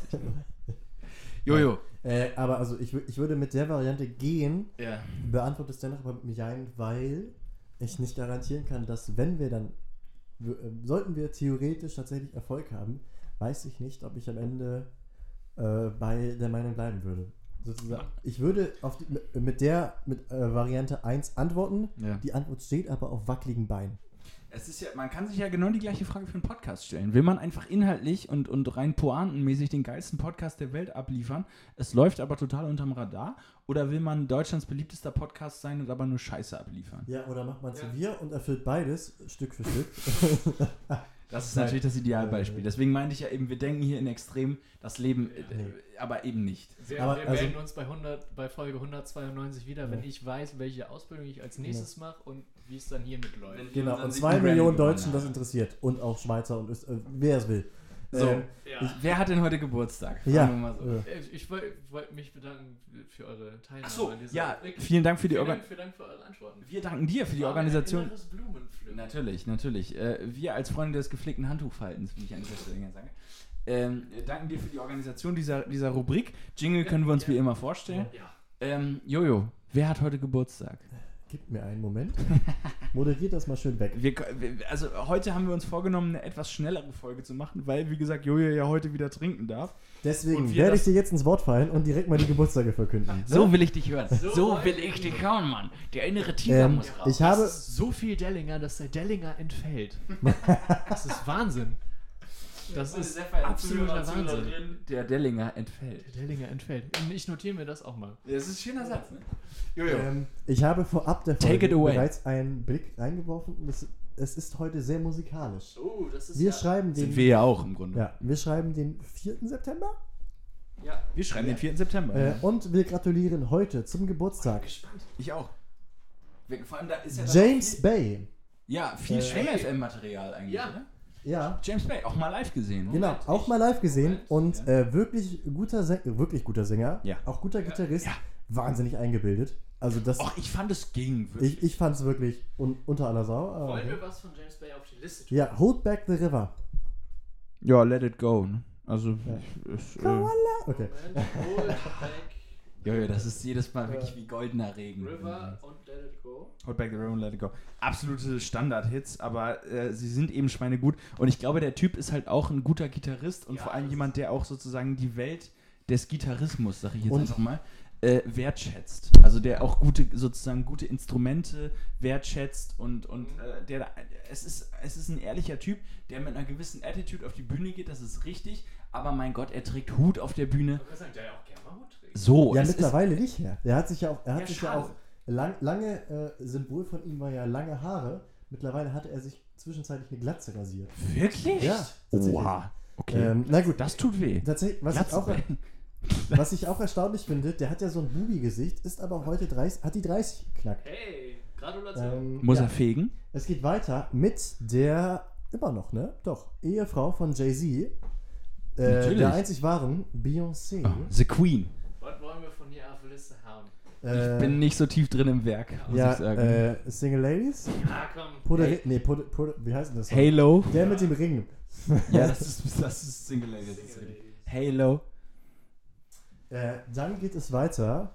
[SPEAKER 2] Jojo.
[SPEAKER 1] Aber also ich würde mit der Variante gehen,
[SPEAKER 2] Ja.
[SPEAKER 1] beantworte es dennoch aber mit mir ein, weil ich nicht garantieren kann, dass wenn wir dann, sollten wir theoretisch tatsächlich Erfolg haben, weiß ich nicht, ob ich am Ende bei der Meinung bleiben würde. Sozusagen. Ich würde mit Variante 1 antworten,
[SPEAKER 2] Ja.
[SPEAKER 1] die Antwort steht aber auf wackeligen Beinen.
[SPEAKER 2] Es ist ja, man kann sich ja genau die gleiche Frage für einen Podcast stellen. Will man einfach inhaltlich und rein pointenmäßig den geilsten Podcast der Welt abliefern, es läuft aber total unterm Radar, oder will man Deutschlands beliebtester Podcast sein und aber nur Scheiße abliefern?
[SPEAKER 1] Ja, oder macht man es
[SPEAKER 3] Ja.
[SPEAKER 1] wie wir und erfüllt beides Stück für Stück.
[SPEAKER 2] Das ist natürlich das Idealbeispiel. Deswegen meinte ich ja eben, wir denken hier in Extrem, das Leben, aber eben nicht.
[SPEAKER 3] Wir
[SPEAKER 1] Aber
[SPEAKER 3] melden uns bei Folge 192 wieder, wenn ich weiß, welche Ausbildung ich als nächstes mache und wie es dann hiermit läuft.
[SPEAKER 1] Genau,
[SPEAKER 2] Dann
[SPEAKER 1] und
[SPEAKER 2] sieht
[SPEAKER 1] 2
[SPEAKER 2] man
[SPEAKER 1] Millionen
[SPEAKER 2] Grammy
[SPEAKER 1] Deutschen das
[SPEAKER 2] gewonnen
[SPEAKER 1] interessiert. Und auch Schweizer und wer es will.
[SPEAKER 2] So.
[SPEAKER 3] Ja.
[SPEAKER 2] Wer hat denn heute Geburtstag? Fragen
[SPEAKER 1] Ja.
[SPEAKER 2] wir mal so.
[SPEAKER 3] Ich wollte mich bedanken für eure Teilnahme.
[SPEAKER 2] Ach so,
[SPEAKER 3] an dieser
[SPEAKER 2] ja,
[SPEAKER 3] Rubrik.
[SPEAKER 2] vielen Dank für die
[SPEAKER 3] Vielen
[SPEAKER 2] Organisation.
[SPEAKER 3] Dank für eure Antworten.
[SPEAKER 2] Wir danken dir für die
[SPEAKER 3] War
[SPEAKER 2] Organisation.
[SPEAKER 3] ein inneres Blumenpflücken.
[SPEAKER 2] Natürlich. Wir als Freunde des gepflegten Handtuchfaltens, wie ich an dieser Stelle gerne sage, danken dir für die Organisation dieser Rubrik. Jingle können wir uns wie immer vorstellen.
[SPEAKER 3] Ja.
[SPEAKER 2] Jojo, wer hat heute Geburtstag?
[SPEAKER 1] Gib mir einen Moment. Moderiert das mal schön weg.
[SPEAKER 2] Also heute haben wir uns vorgenommen, eine etwas schnellere Folge zu machen, weil, wie gesagt, Jojo ja heute wieder trinken darf.
[SPEAKER 1] Deswegen
[SPEAKER 2] Und wir
[SPEAKER 1] werde ich
[SPEAKER 2] das-
[SPEAKER 1] dir jetzt ins Wort fallen und direkt mal die Geburtstage verkünden.
[SPEAKER 2] So will ich dich hören.
[SPEAKER 3] So
[SPEAKER 2] So will
[SPEAKER 3] will
[SPEAKER 2] ich
[SPEAKER 3] ich
[SPEAKER 2] dich hören, Mann. Der innere Tiger muss raus.
[SPEAKER 1] Ich habe,
[SPEAKER 3] Das ist so viel Dellinger, dass der Dellinger entfällt. Das ist Wahnsinn. Das ist absoluter Wahnsinn.
[SPEAKER 2] Der Dellinger entfällt.
[SPEAKER 3] Der Dellinger entfällt. Und ich notiere mir das auch mal.
[SPEAKER 2] Das ist ein schöner Satz, ne? Jojo.
[SPEAKER 1] ich habe vorab der
[SPEAKER 2] Take it
[SPEAKER 1] Folge
[SPEAKER 2] away.
[SPEAKER 1] bereits einen Blick reingeworfen. Und es ist heute sehr musikalisch.
[SPEAKER 3] Oh, das ist
[SPEAKER 1] Wir schreiben den,
[SPEAKER 2] Sind wir ja auch im Grunde.
[SPEAKER 1] ja, wir schreiben den 4. September.
[SPEAKER 3] Ja.
[SPEAKER 2] Wir schreiben den 4. September.
[SPEAKER 1] Und wir gratulieren heute zum Geburtstag
[SPEAKER 2] Ich auch. Vor allem da ist ja
[SPEAKER 1] James Bay.
[SPEAKER 2] Ja, viel FM-Material eigentlich,
[SPEAKER 3] Ja.
[SPEAKER 2] oder?
[SPEAKER 1] Ja,
[SPEAKER 2] James Bay, auch mal live gesehen.
[SPEAKER 1] genau, auch mal live gesehen und wirklich guter Sänger,
[SPEAKER 2] Ja.
[SPEAKER 1] auch guter Gitarrist,
[SPEAKER 2] Ja.
[SPEAKER 1] wahnsinnig eingebildet. Also das,
[SPEAKER 2] Och, ich fand es ging wirklich.
[SPEAKER 1] ich fand es wirklich unter aller Sau. aber
[SPEAKER 3] Wollen
[SPEAKER 1] okay.
[SPEAKER 3] wir was von James Bay auf die Liste tun?
[SPEAKER 1] Ja, Hold Back the River.
[SPEAKER 2] Ja, let it go. Ne? Also,
[SPEAKER 1] Ja. Okay.
[SPEAKER 3] Hold Back
[SPEAKER 2] ja, das ist jedes Mal wirklich wie goldener Regen.
[SPEAKER 3] River und Let It Go.
[SPEAKER 2] Hold Back the River and Let It Go. Absolute Standard-Hits, aber sie sind eben schweinegut. Und ich glaube, der Typ ist halt auch ein guter Gitarrist und vor allem jemand, der auch sozusagen die Welt des Gitarrismus, sag ich jetzt einfach mal, wertschätzt. Also der auch gute Instrumente wertschätzt und es ist ein ehrlicher Typ, der mit einer gewissen Attitude auf die Bühne geht, das ist richtig, aber mein Gott, er trägt Hut auf der Bühne.
[SPEAKER 3] Ich sagen, der ja auch gerne mal Hut trägt.
[SPEAKER 2] So,
[SPEAKER 1] Ja,
[SPEAKER 2] es
[SPEAKER 1] mittlerweile nicht mehr. Er hat sich ja
[SPEAKER 2] schade.
[SPEAKER 1] auch lange, Symbol von ihm war ja lange Haare. Mittlerweile hatte er sich zwischenzeitlich eine Glatze rasiert.
[SPEAKER 2] ist wirklich?
[SPEAKER 1] Ja, tatsächlich.
[SPEAKER 2] Oha, okay.
[SPEAKER 1] Na gut,
[SPEAKER 2] Das tut weh.
[SPEAKER 1] tatsächlich, was ich auch erstaunlich finde, der hat ja so ein Bubi-Gesicht, ist aber heute 30, hat die 30 geknackt.
[SPEAKER 3] Hey, Gratulation.
[SPEAKER 2] Muss
[SPEAKER 1] ja.
[SPEAKER 2] er fegen?
[SPEAKER 1] Es geht weiter mit der, immer noch, ne? Doch, Ehefrau von Jay-Z.
[SPEAKER 2] Natürlich.
[SPEAKER 1] Der einzig wahren, Beyoncé.
[SPEAKER 2] Oh, The Queen.
[SPEAKER 3] Was wollen wir von hier auf die Liste haben?
[SPEAKER 2] Ich bin nicht so tief drin im Werk, muss ich sagen.
[SPEAKER 1] Single Ladies?
[SPEAKER 3] Ah, komm.
[SPEAKER 1] Wie heißt denn das?
[SPEAKER 2] Halo.
[SPEAKER 1] Der mit dem Ring.
[SPEAKER 2] Ja, das ist Single Ladies. Halo.
[SPEAKER 1] Dann geht es weiter.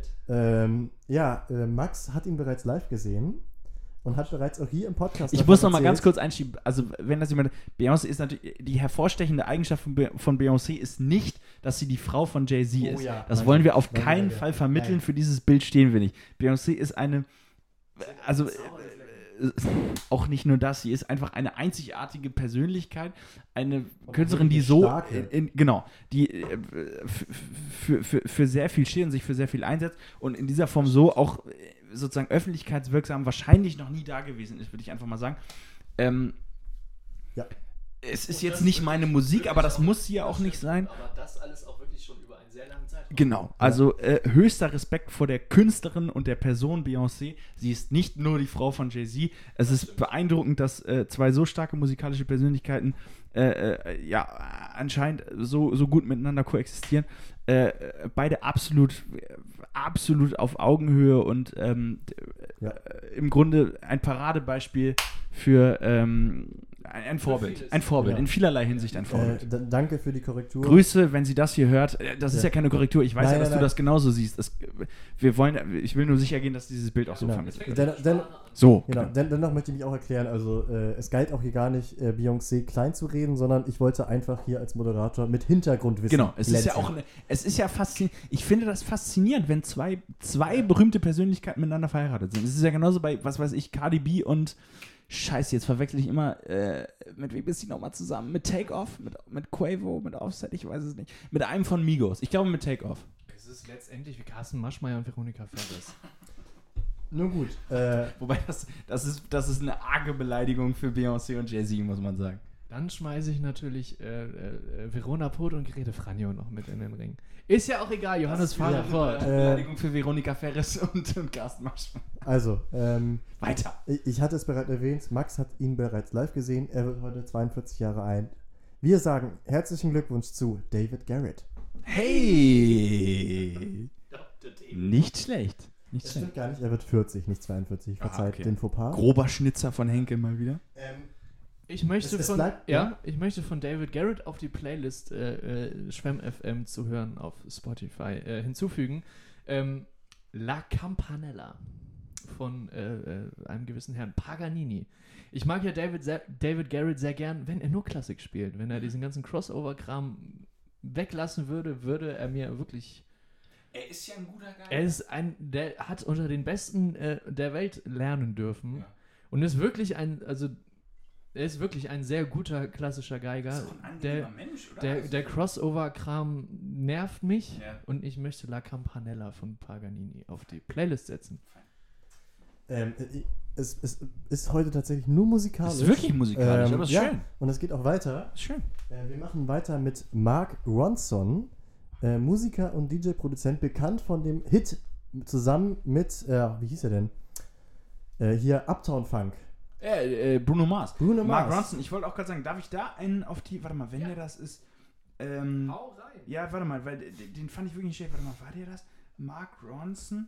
[SPEAKER 3] Mit?
[SPEAKER 1] Max hat ihn bereits live gesehen und hat bereits auch hier im Podcast.
[SPEAKER 2] Ich muss noch mal ganz kurz einschieben, also wenn das jemand, Beyoncé ist natürlich, die hervorstechende Eigenschaft von Beyoncé ist nicht, dass sie die Frau von Jay-Z ist.
[SPEAKER 1] Ja.
[SPEAKER 2] Das
[SPEAKER 1] Nein,
[SPEAKER 2] wollen wir auf
[SPEAKER 1] nein,
[SPEAKER 2] keinen
[SPEAKER 1] nein,
[SPEAKER 2] Fall vermitteln,
[SPEAKER 1] nein.
[SPEAKER 2] für dieses Bild stehen wir nicht. Beyoncé ist eine, also auch nicht nur das, sie ist einfach eine einzigartige Persönlichkeit, eine Künstlerin, die so, die für sehr viel steht und sich für sehr viel einsetzt und in dieser Form so auch sozusagen öffentlichkeitswirksam wahrscheinlich noch nie da gewesen ist, würde ich einfach mal sagen.
[SPEAKER 1] Ja.
[SPEAKER 2] Es ist jetzt nicht meine Musik, aber das muss sie ja auch nicht sein.
[SPEAKER 3] Aber das alles auch wirklich schon über einen sehr langen Zeitraum.
[SPEAKER 2] Genau, also höchster Respekt vor der Künstlerin und der Person Beyoncé. Sie ist nicht nur die Frau von Jay-Z. Es ist beeindruckend, dass zwei so starke musikalische Persönlichkeiten anscheinend so gut miteinander koexistieren. Beide absolut auf Augenhöhe und im Grunde ein Paradebeispiel für ein Vorbild. Ein Vorbild, in vielerlei Hinsicht ein Vorbild.
[SPEAKER 1] Danke für die Korrektur.
[SPEAKER 2] Grüße, wenn sie das hier hört. Das ist ja keine Korrektur. Ich weiß dass du das genauso siehst. Ich will nur sicher gehen, dass dieses Bild auch so vermittelt wird.
[SPEAKER 1] Dennoch möchte ich mich auch erklären, also es galt auch hier gar nicht, Beyoncé klein zu reden, sondern ich wollte einfach hier als Moderator mit Hintergrundwissen
[SPEAKER 2] Genau, es ist ja faszinierend. Ich finde das faszinierend, wenn zwei berühmte Persönlichkeiten miteinander verheiratet sind. Es ist ja genauso bei, was weiß ich, Cardi B und Scheiße, jetzt verwechsel ich immer, mit wem ist die nochmal zusammen? Mit Take-Off? Mit Quavo? Mit Offset? Ich weiß es nicht. Mit einem von Migos. Ich glaube mit Take-Off.
[SPEAKER 3] Es ist letztendlich wie Carsten Maschmeyer und Veronika Ferris.
[SPEAKER 1] Nun gut.
[SPEAKER 2] Wobei, das ist eine arge Beleidigung für Beyoncé und Jay-Z, muss man sagen.
[SPEAKER 3] Dann schmeiße ich natürlich Verona Poth und Grete Franjo noch mit in den Ring. Ist ja auch egal, Johannes, fahre fort.
[SPEAKER 2] Beleidigung für Veronika Ferris und Carsten Maschmeyer.
[SPEAKER 1] Also,
[SPEAKER 2] weiter.
[SPEAKER 1] Ich hatte es bereits erwähnt, Max hat ihn bereits live gesehen, er wird heute 42 Jahre alt. Wir sagen herzlichen Glückwunsch zu David Garrett.
[SPEAKER 2] Hey! Nicht schlecht.
[SPEAKER 1] Das stimmt gar nicht, er wird 40, nicht 42. Verzeiht den Fauxpas.
[SPEAKER 2] Grober Schnitzer von Henke mal wieder.
[SPEAKER 3] Ich möchte von David Garrett auf die Playlist Schwemm FM zu hören auf Spotify hinzufügen. La Campanella von einem gewissen Herrn Paganini. Ich mag ja David Garrett sehr gern, wenn er nur Klassik spielt. Wenn er diesen ganzen Crossover-Kram weglassen würde er mir wirklich...
[SPEAKER 2] Er ist ja ein guter Geiger.
[SPEAKER 3] Der hat unter den Besten der Welt lernen dürfen.
[SPEAKER 2] Ja.
[SPEAKER 3] Und ist wirklich er ist wirklich ein sehr guter klassischer Geiger.
[SPEAKER 2] Ist doch ein angenehmer Mensch, oder?
[SPEAKER 3] Der Crossover-Kram nervt mich
[SPEAKER 2] und
[SPEAKER 3] ich möchte La Campanella von Paganini auf die Playlist setzen.
[SPEAKER 1] Es ist heute tatsächlich nur musikalisch.
[SPEAKER 2] Es ist wirklich musikalisch, aber es ist schön.
[SPEAKER 1] Und es geht auch weiter.
[SPEAKER 2] Ist schön.
[SPEAKER 1] Wir machen weiter mit Mark Ronson. Musiker und DJ-Produzent, bekannt von dem Hit zusammen mit, wie hieß er denn? Hier Uptown Funk.
[SPEAKER 2] Bruno Mars.
[SPEAKER 1] Bruno
[SPEAKER 2] Mark
[SPEAKER 1] Mars.
[SPEAKER 2] Ronson, ich wollte auch gerade sagen, darf ich da einen auf die, warte mal, wenn der das ist,
[SPEAKER 3] Hau rein.
[SPEAKER 2] ja, warte mal, weil den fand ich wirklich nicht schlecht, warte mal, war der das? Mark Ronson,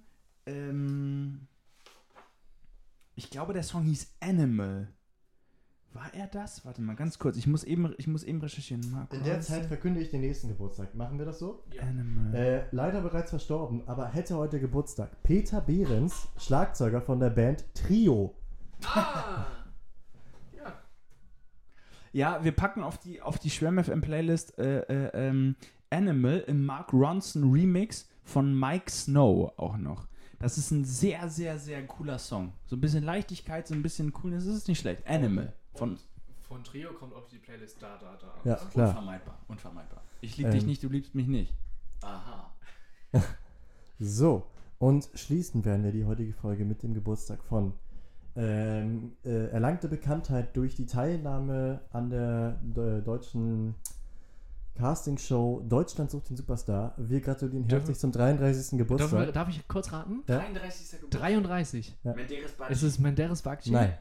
[SPEAKER 2] ich glaube, der Song hieß Animal. War er das? Warte mal, ganz kurz, ich muss eben recherchieren. Mark
[SPEAKER 1] In der
[SPEAKER 2] Ronson.
[SPEAKER 1] Zeit verkünde ich den nächsten Geburtstag. Machen wir das so?
[SPEAKER 3] Ja.
[SPEAKER 2] Animal.
[SPEAKER 1] Leider bereits verstorben, aber hätte heute Geburtstag. Peter Behrens, Schlagzeuger von der Band Trio.
[SPEAKER 3] Ah! Ja.
[SPEAKER 2] Ja, wir packen auf die Schwärm FM Playlist Animal im Mark Ronson Remix von Mike Snow auch noch. Das ist ein sehr, sehr, sehr cooler Song. So ein bisschen Leichtigkeit, so ein bisschen Coolness, das ist nicht schlecht. Animal. Von
[SPEAKER 3] Trio kommt auf die Playlist da.
[SPEAKER 1] Ja, klar.
[SPEAKER 2] Unvermeidbar. Ich lieb dich nicht, du liebst mich nicht.
[SPEAKER 3] Aha.
[SPEAKER 1] So, und schließen werden wir die heutige Folge mit dem Geburtstag von erlangte Bekanntheit durch die Teilnahme an der deutschen Castingshow Deutschland sucht den Superstar. Wir gratulieren herzlich zum 33. Geburtstag.
[SPEAKER 3] Darf ich kurz raten?
[SPEAKER 1] Ja?
[SPEAKER 2] 33. Geburtstag.
[SPEAKER 3] 33.
[SPEAKER 1] Ja.
[SPEAKER 2] Menderes Bacci.
[SPEAKER 3] Ist es Menderes Bakci?
[SPEAKER 1] Nein.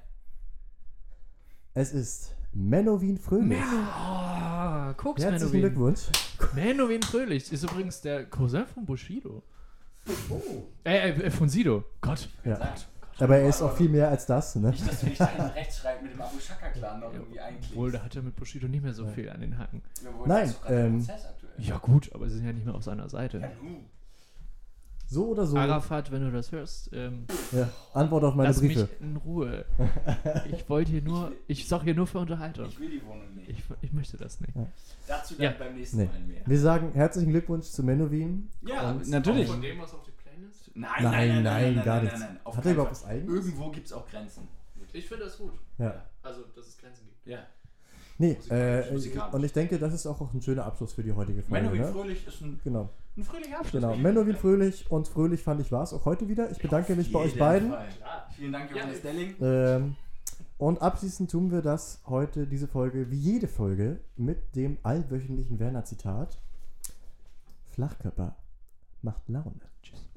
[SPEAKER 1] Es ist Menowin Fröhlich.
[SPEAKER 3] Oh, guck's,
[SPEAKER 1] Herzlichen
[SPEAKER 3] Menowin.
[SPEAKER 1] Glückwunsch.
[SPEAKER 3] Menowin Fröhlich ist übrigens der Cousin von Bushido.
[SPEAKER 1] Oh.
[SPEAKER 3] Von Sido. Gott.
[SPEAKER 1] Ja. Aber er ist auch viel mehr als das, ne?
[SPEAKER 2] Nicht, dass du dich da hinten rechts schreibst mit dem Abu Shaka-Clan noch irgendwie einklickst.
[SPEAKER 3] Obwohl, da hat er mit Bushido nicht mehr so viel an den Hacken.
[SPEAKER 1] Nein,
[SPEAKER 3] Ja gut, aber sie sind ja nicht mehr auf seiner Seite.
[SPEAKER 2] Ja, nu.
[SPEAKER 1] So oder so.
[SPEAKER 3] Arafat, wenn du das hörst,
[SPEAKER 1] Ja, Antwort auf meine
[SPEAKER 3] lass
[SPEAKER 1] Briefe.
[SPEAKER 3] mich in Ruhe. Ich wollte hier nur, ich sorge hier nur für Unterhaltung.
[SPEAKER 2] Ich will die Wohnung nicht.
[SPEAKER 3] Ich möchte das nicht.
[SPEAKER 1] Ja.
[SPEAKER 2] Dazu
[SPEAKER 3] Ja.
[SPEAKER 2] dann beim nächsten
[SPEAKER 1] Nee.
[SPEAKER 2] Mal mehr.
[SPEAKER 1] Wir sagen herzlichen Glückwunsch zu Menowin.
[SPEAKER 2] Ja,
[SPEAKER 1] Und-
[SPEAKER 2] natürlich.
[SPEAKER 3] Von dem was auf die Playlist?
[SPEAKER 1] Nein, gar nichts.
[SPEAKER 2] Auf
[SPEAKER 1] Hat er
[SPEAKER 2] keinen
[SPEAKER 1] überhaupt
[SPEAKER 2] Fall.
[SPEAKER 1] was Eigenes?
[SPEAKER 2] Irgendwo gibt es auch Grenzen.
[SPEAKER 3] Ich finde das gut.
[SPEAKER 1] Ja.
[SPEAKER 3] Also, dass es Grenzen gibt.
[SPEAKER 2] Ja.
[SPEAKER 1] Nee,
[SPEAKER 2] Musikalisch.
[SPEAKER 1] und ich denke, das ist auch ein schöner Abschluss für die heutige Folge.
[SPEAKER 2] Menowin
[SPEAKER 1] Ne?
[SPEAKER 2] Fröhlich ist ein fröhlicher Abschluss.
[SPEAKER 1] Genau, Menowin Fröhlich und Fröhlich fand ich war es auch heute wieder. Ich bedanke mich bei euch beiden.
[SPEAKER 2] Klar. Vielen Dank, Johannes
[SPEAKER 3] Ja.
[SPEAKER 2] Delling.
[SPEAKER 1] Und abschließend tun wir das heute, diese Folge, wie jede Folge, mit dem allwöchentlichen Werner-Zitat. Flachkörper macht Laune.
[SPEAKER 2] Tschüss.